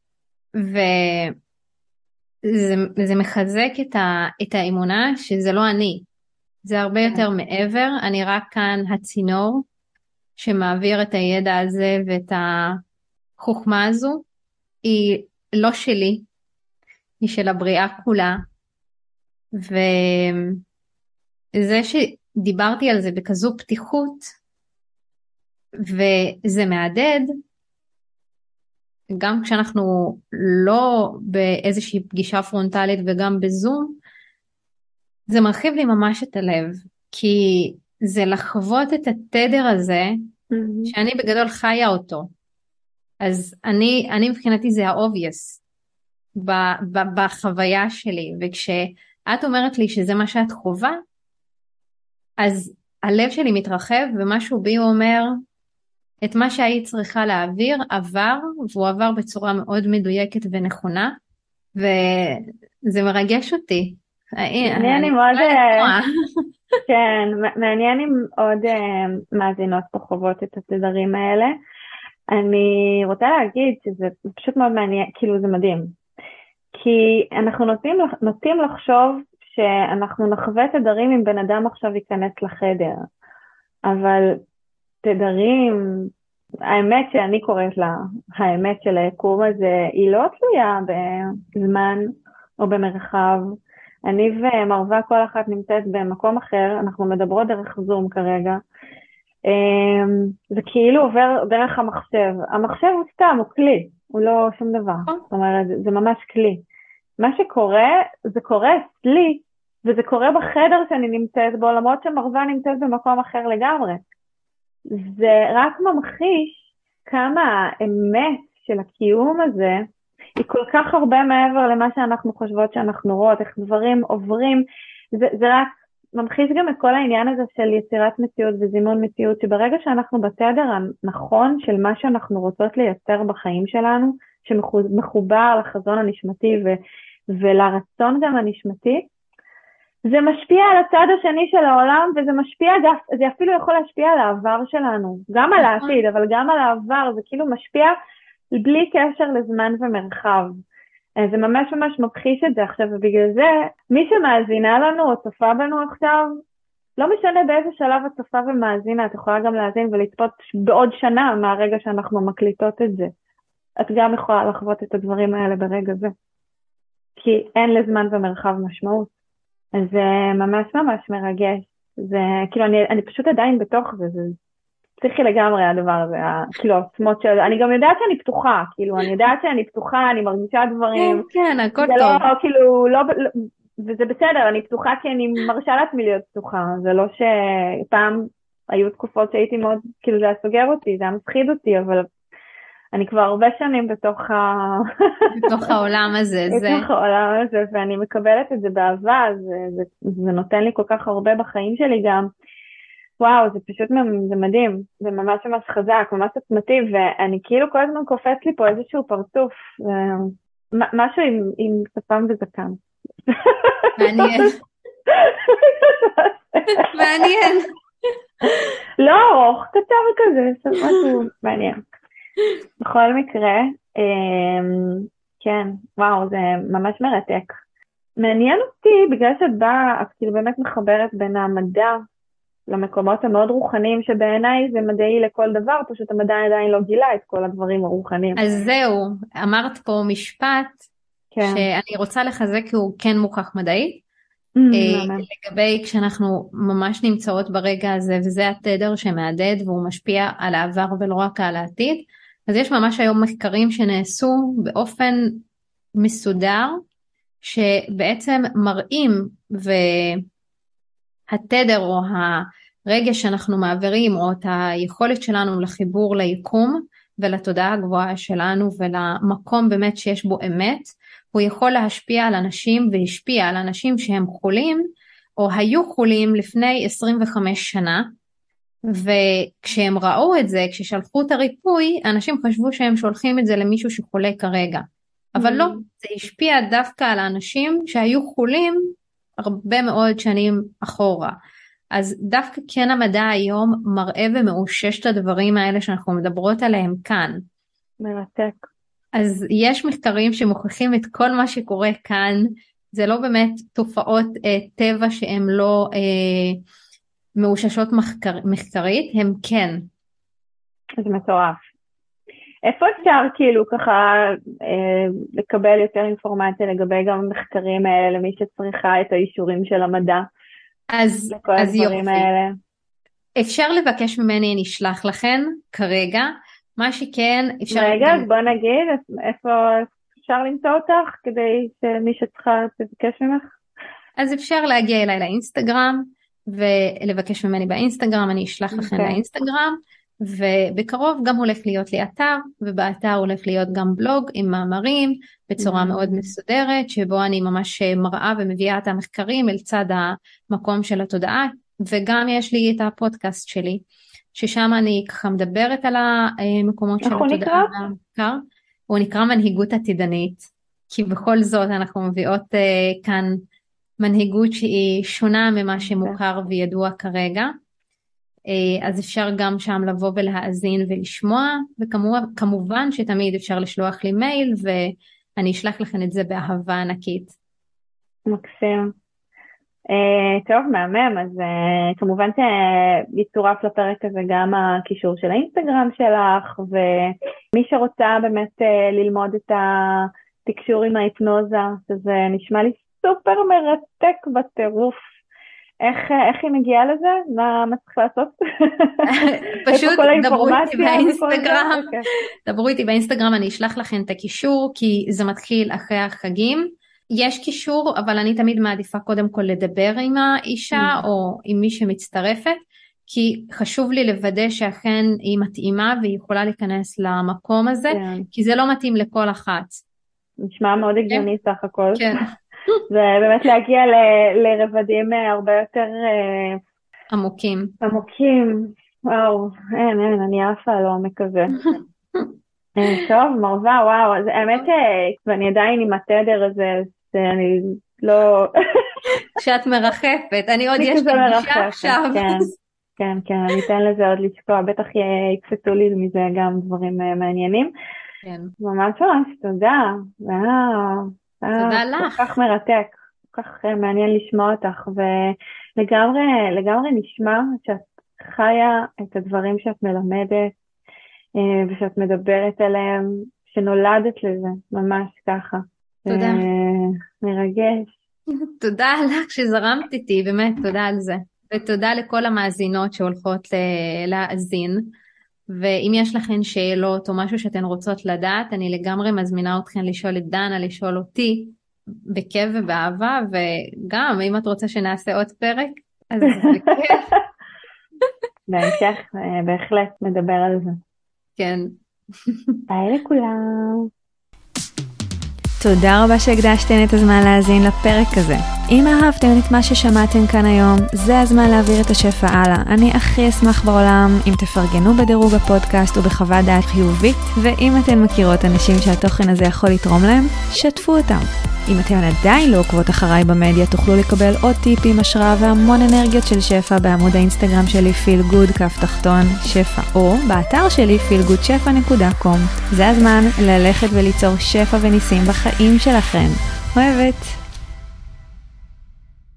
S3: וזה מחזק את האמונה שזה לא אני. זה הרבה יותר מעבר, אני רק כאן הצינור שמעביר את הידע הזה ואת החוכמה הזו, היא לא שלי, היא של הבריאה כולה, וזה שדיברתי על זה בכזו פתיחות, וזה מעדד, גם כשאנחנו לא באיזושהי פגישה פרונטלית וגם בזום, זה מרחיב לי ממש את הלב, כי זה לחוות את התדר הזה, שאני בגדול חיה אותו. אז אני מבחינתי זה ה-obvious בחוויה שלי, וכשאת אומרת לי שזה מה שאת חובה, אז הלב שלי מתרחב, ומשהו בי אומר, את מה שהיית צריכה להעביר עבר, והוא עבר בצורה מאוד מדויקת ונכונה, וזה מרגש אותי.
S2: מעניין אם עוד, כן, מעניין אם עוד מאזינות פה חוות את התדרים האלה. אני רוצה להגיד שזה פשוט מאוד מעניין, כאילו זה מדהים. כי אנחנו נוטים לחשוב שאנחנו נחווה תדרים אם בן אדם עכשיו ייכנס לחדר. אבל תדרים, האמת שאני קוראת לה, האמת של היקום הזה, היא לא תלויה בזמן או במרחב. אני ומרווה כל אחת נמצאת במקום אחר, אנחנו מדברות דרך זום כרגע. זה כאילו עובר דרך המחשב. המחשב הוא סתם, הוא כלי, הוא לא שום דבר. זאת אומרת, זה ממש כלי. מה שקורה, זה קורה אצלי, וזה קורה בחדר שאני נמצאת בו, למרות שמרווה נמצאת במקום אחר לגמרי. זה רק ממחיש כמה האמת של הקיום הזה, היא כל כך הרבה מעבר למה שאנחנו חושבות שאנחנו רואות, איך דברים עוברים, זה רק ממחיש גם את כל העניין הזה של יצירת מציאות וזימון מציאות, שברגע שאנחנו בתדר הנכון של מה שאנחנו רוצות לייצר בחיים שלנו, שמחובר לחזון הנשמתי ולרצון גם הנשמתי, זה משפיע על הצד השני של העולם, וזה משפיע, זה אפילו יכול להשפיע על העבר שלנו, גם על העתיד, אבל גם על העבר, זה כאילו משפיע בלי קשר לזמן ומרחב. זה ממש ממש מכחיש את זה עכשיו, ובגלל זה, מי שמאזינה לנו או צופה בנו עכשיו, לא משנה באיזה שלב את צופה ומאזינה, את יכולה גם להאזין ולצפות בעוד שנה מהרגע שאנחנו מקליטות את זה. את גם יכולה לחוות את הדברים האלה ברגע זה. כי אין לזמן ומרחב משמעות. אז זה ממש ממש מרגש. זה, כאילו, אני פשוט עדיין בתוך זה, זה צריכי לגמרי הדבר הזה, כאילו, העצמות של, אני גם יודעת שאני פתוחה, כאילו, אני יודעת שאני פתוחה, אני מרגישה דברים.
S3: כן, הכל טוב.
S2: לא, כאילו, לא, וזה בסדר, אני פתוחה כי אני מרשה לעצמי להיות פתוחה, זה לא שפעם היו תקופות שהייתי מאוד, כאילו, זה היה סוגר אותי, זה היה מפחיד אותי, אבל אני כבר הרבה שנים בתוך
S3: העולם הזה.
S2: בתוך העולם הזה, ואני מקבלת את זה באהבה, זה נותן לי כל כך הרבה בחיים שלי גם. וואו, זה פשוט, זה מדהים, זה ממש ממש חזק, ממש עצמתי, ואני כאילו כל הזמן קופץ לי פה איזשהו פרצוף, משהו עם שפם וזקן.
S3: מעניין. מעניין.
S2: לא ארוך, קצר כזה, משהו מעניין. בכל מקרה, כן, וואו, זה ממש מרתק. מעניין אותי, בגלל שאת באה, את כאילו באמת מחברת בין המדע למקומות המאוד רוחניים, שבעיניי זה מדעי לכל דבר, פשוט המדע עדיין לא גילה את כל הדברים הרוחניים.
S3: אז זהו, אמרת פה משפט
S2: כן.
S3: שאני רוצה לחזק, כי הוא כן מוכח מדעי. לגבי כשאנחנו ממש נמצאות ברגע הזה, וזה התדר שמעדד והוא משפיע על העבר ולא רק על העתיד, אז יש ממש היום מחקרים שנעשו באופן מסודר, שבעצם מראים והתדר או הרגש שאנחנו מעבירים, או את היכולת שלנו לחיבור ליקום ולתודעה הגבוהה שלנו ולמקום באמת שיש בו אמת, הוא יכול להשפיע על אנשים והשפיע על אנשים שהם חולים או היו חולים לפני 25 שנה, וכשהם ראו את זה, כששלחו את הריפוי, אנשים חשבו שהם שולחים את זה למישהו שחולה כרגע, אבל לא, זה השפיע דווקא על האנשים שהיו חולים הרבה מאוד שנים אחורה. אז דווקא כן המדע היום מראה ומאושש את הדברים האלה שאנחנו מדברות עליהם כאן.
S2: מרתק.
S3: אז יש מחקרים שמוכיחים את כל מה שקורה כאן, זה לא באמת תופעות טבע שהן לא מאוששות מחקרית, הם כן.
S2: זה מטורף. איפה אפשר כאילו ככה לקבל יותר אינפורמציה לגבי גם המחקרים האלה, למי שצריכה את האישורים של המדע?
S3: אז יופי. האלה. אפשר לבקש ממני, אני אשלח לכם כרגע, מה שכן אפשר...
S2: רגע, אז בוא נגיד, איפה אפשר למצוא אותך כדי שמי שצריכה תבקש ממך?
S3: אז אפשר להגיע אליי לאינסטגרם, ולבקש ממני באינסטגרם, אני אשלח לכם לאינסטגרם, ובקרוב גם הולך להיות לי אתר, ובאתר הולך להיות גם בלוג עם מאמרים, בצורה מאוד מסודרת, שבו אני ממש מראה ומביאה את המחקרים אל צד המקום של התודעה, וגם יש לי את הפודקאסט שלי, ששם אני ככה מדברת על המקומות של התודעה והמחקר. הוא נקרא מנהיגות עתידנית, כי בכל זאת אנחנו מביאות כאן מנהיגות שהיא שונה ממה שמוכר וידוע כרגע, אז אפשר גם שם לבוא ולהאזין ולשמוע, וכמובן שתמיד אפשר לשלוח לי מייל, ואני אשלח לכם את זה באהבה ענקית.
S2: מקסים. טוב, מהמם, אז כמובן שיצורף לפרק הזה גם הקישור של האינסטגרם שלך, ומי שרוצה באמת ללמוד את התקשור עם ההיפנוזה, שזה נשמע לי סופר מרתק בטירוף. איך היא מגיעה לזה? מה צריך לעשות?
S3: פשוט דברו איתי באינסטגרם, אני אשלח לכם את הקישור, כי זה מתחיל אחרי החגים. יש קישור, אבל אני תמיד מעדיפה קודם כל לדבר עם האישה או עם מי שמצטרפת, כי חשוב לי לוודא שאכן היא מתאימה והיא יכולה להיכנס למקום הזה, כי זה לא מתאים לכל אחת.
S2: נשמע מאוד הגיוני סך הכל. כן. ובאמת להגיע לרבדים הרבה יותר
S3: עמוקים.
S2: עמוקים, וואו, אין, אני עפה על העומק הזה. טוב, מרווה, וואו, אז האמת ואני עדיין עם התדר הזה, אני לא...
S3: שאת מרחפת, אני עוד יש לי גישה עכשיו.
S2: כן, אני אתן לזה עוד לשקוע, בטח יקפצו לי מזה גם דברים מעניינים.
S3: כן.
S2: ממש תודה,
S3: תודה לך.
S2: כל כך מרתק, כל כך מעניין לשמוע אותך, ולגמרי נשמע שאת חיה את הדברים שאת מלמדת, ושאת מדברת עליהם, שנולדת לזה, ממש ככה.
S3: תודה.
S2: מרגש.
S3: תודה לך שזרמת איתי, באמת תודה על זה. ותודה לכל המאזינות שהולכות להאזין. ואם יש לכן שאלות או משהו שאתן רוצות לדעת, אני לגמרי מזמינה אתכן לשאול את דנה, לשאול אותי בכיף ובאהבה, וגם אם את רוצה שנעשה עוד פרק, אז זה כיף.
S2: בהמשך בהחלט נדבר על זה.
S3: כן.
S2: ביי לכולם.
S1: תודה רבה שהקדשתן את הזמן להאזין לפרק הזה. אם אהבתם את מה ששמעתם כאן היום, זה הזמן להעביר את השפע הלאה. אני הכי אשמח בעולם אם תפרגנו בדירוג הפודקאסט ובחוות דעת חיובית, ואם אתן מכירות אנשים שהתוכן הזה יכול לתרום להם, שתפו אותם. אם אתם עדיין לא עוקבות אחריי במדיה, תוכלו לקבל עוד טיפים, השראה והמון אנרגיות של שפע בעמוד האינסטגרם שלי feelgood_שפע, או באתר שלי feelgoodשפע.com. זה הזמן ללכת וליצור שפע וניסים בחיים שלכם. אוהבת.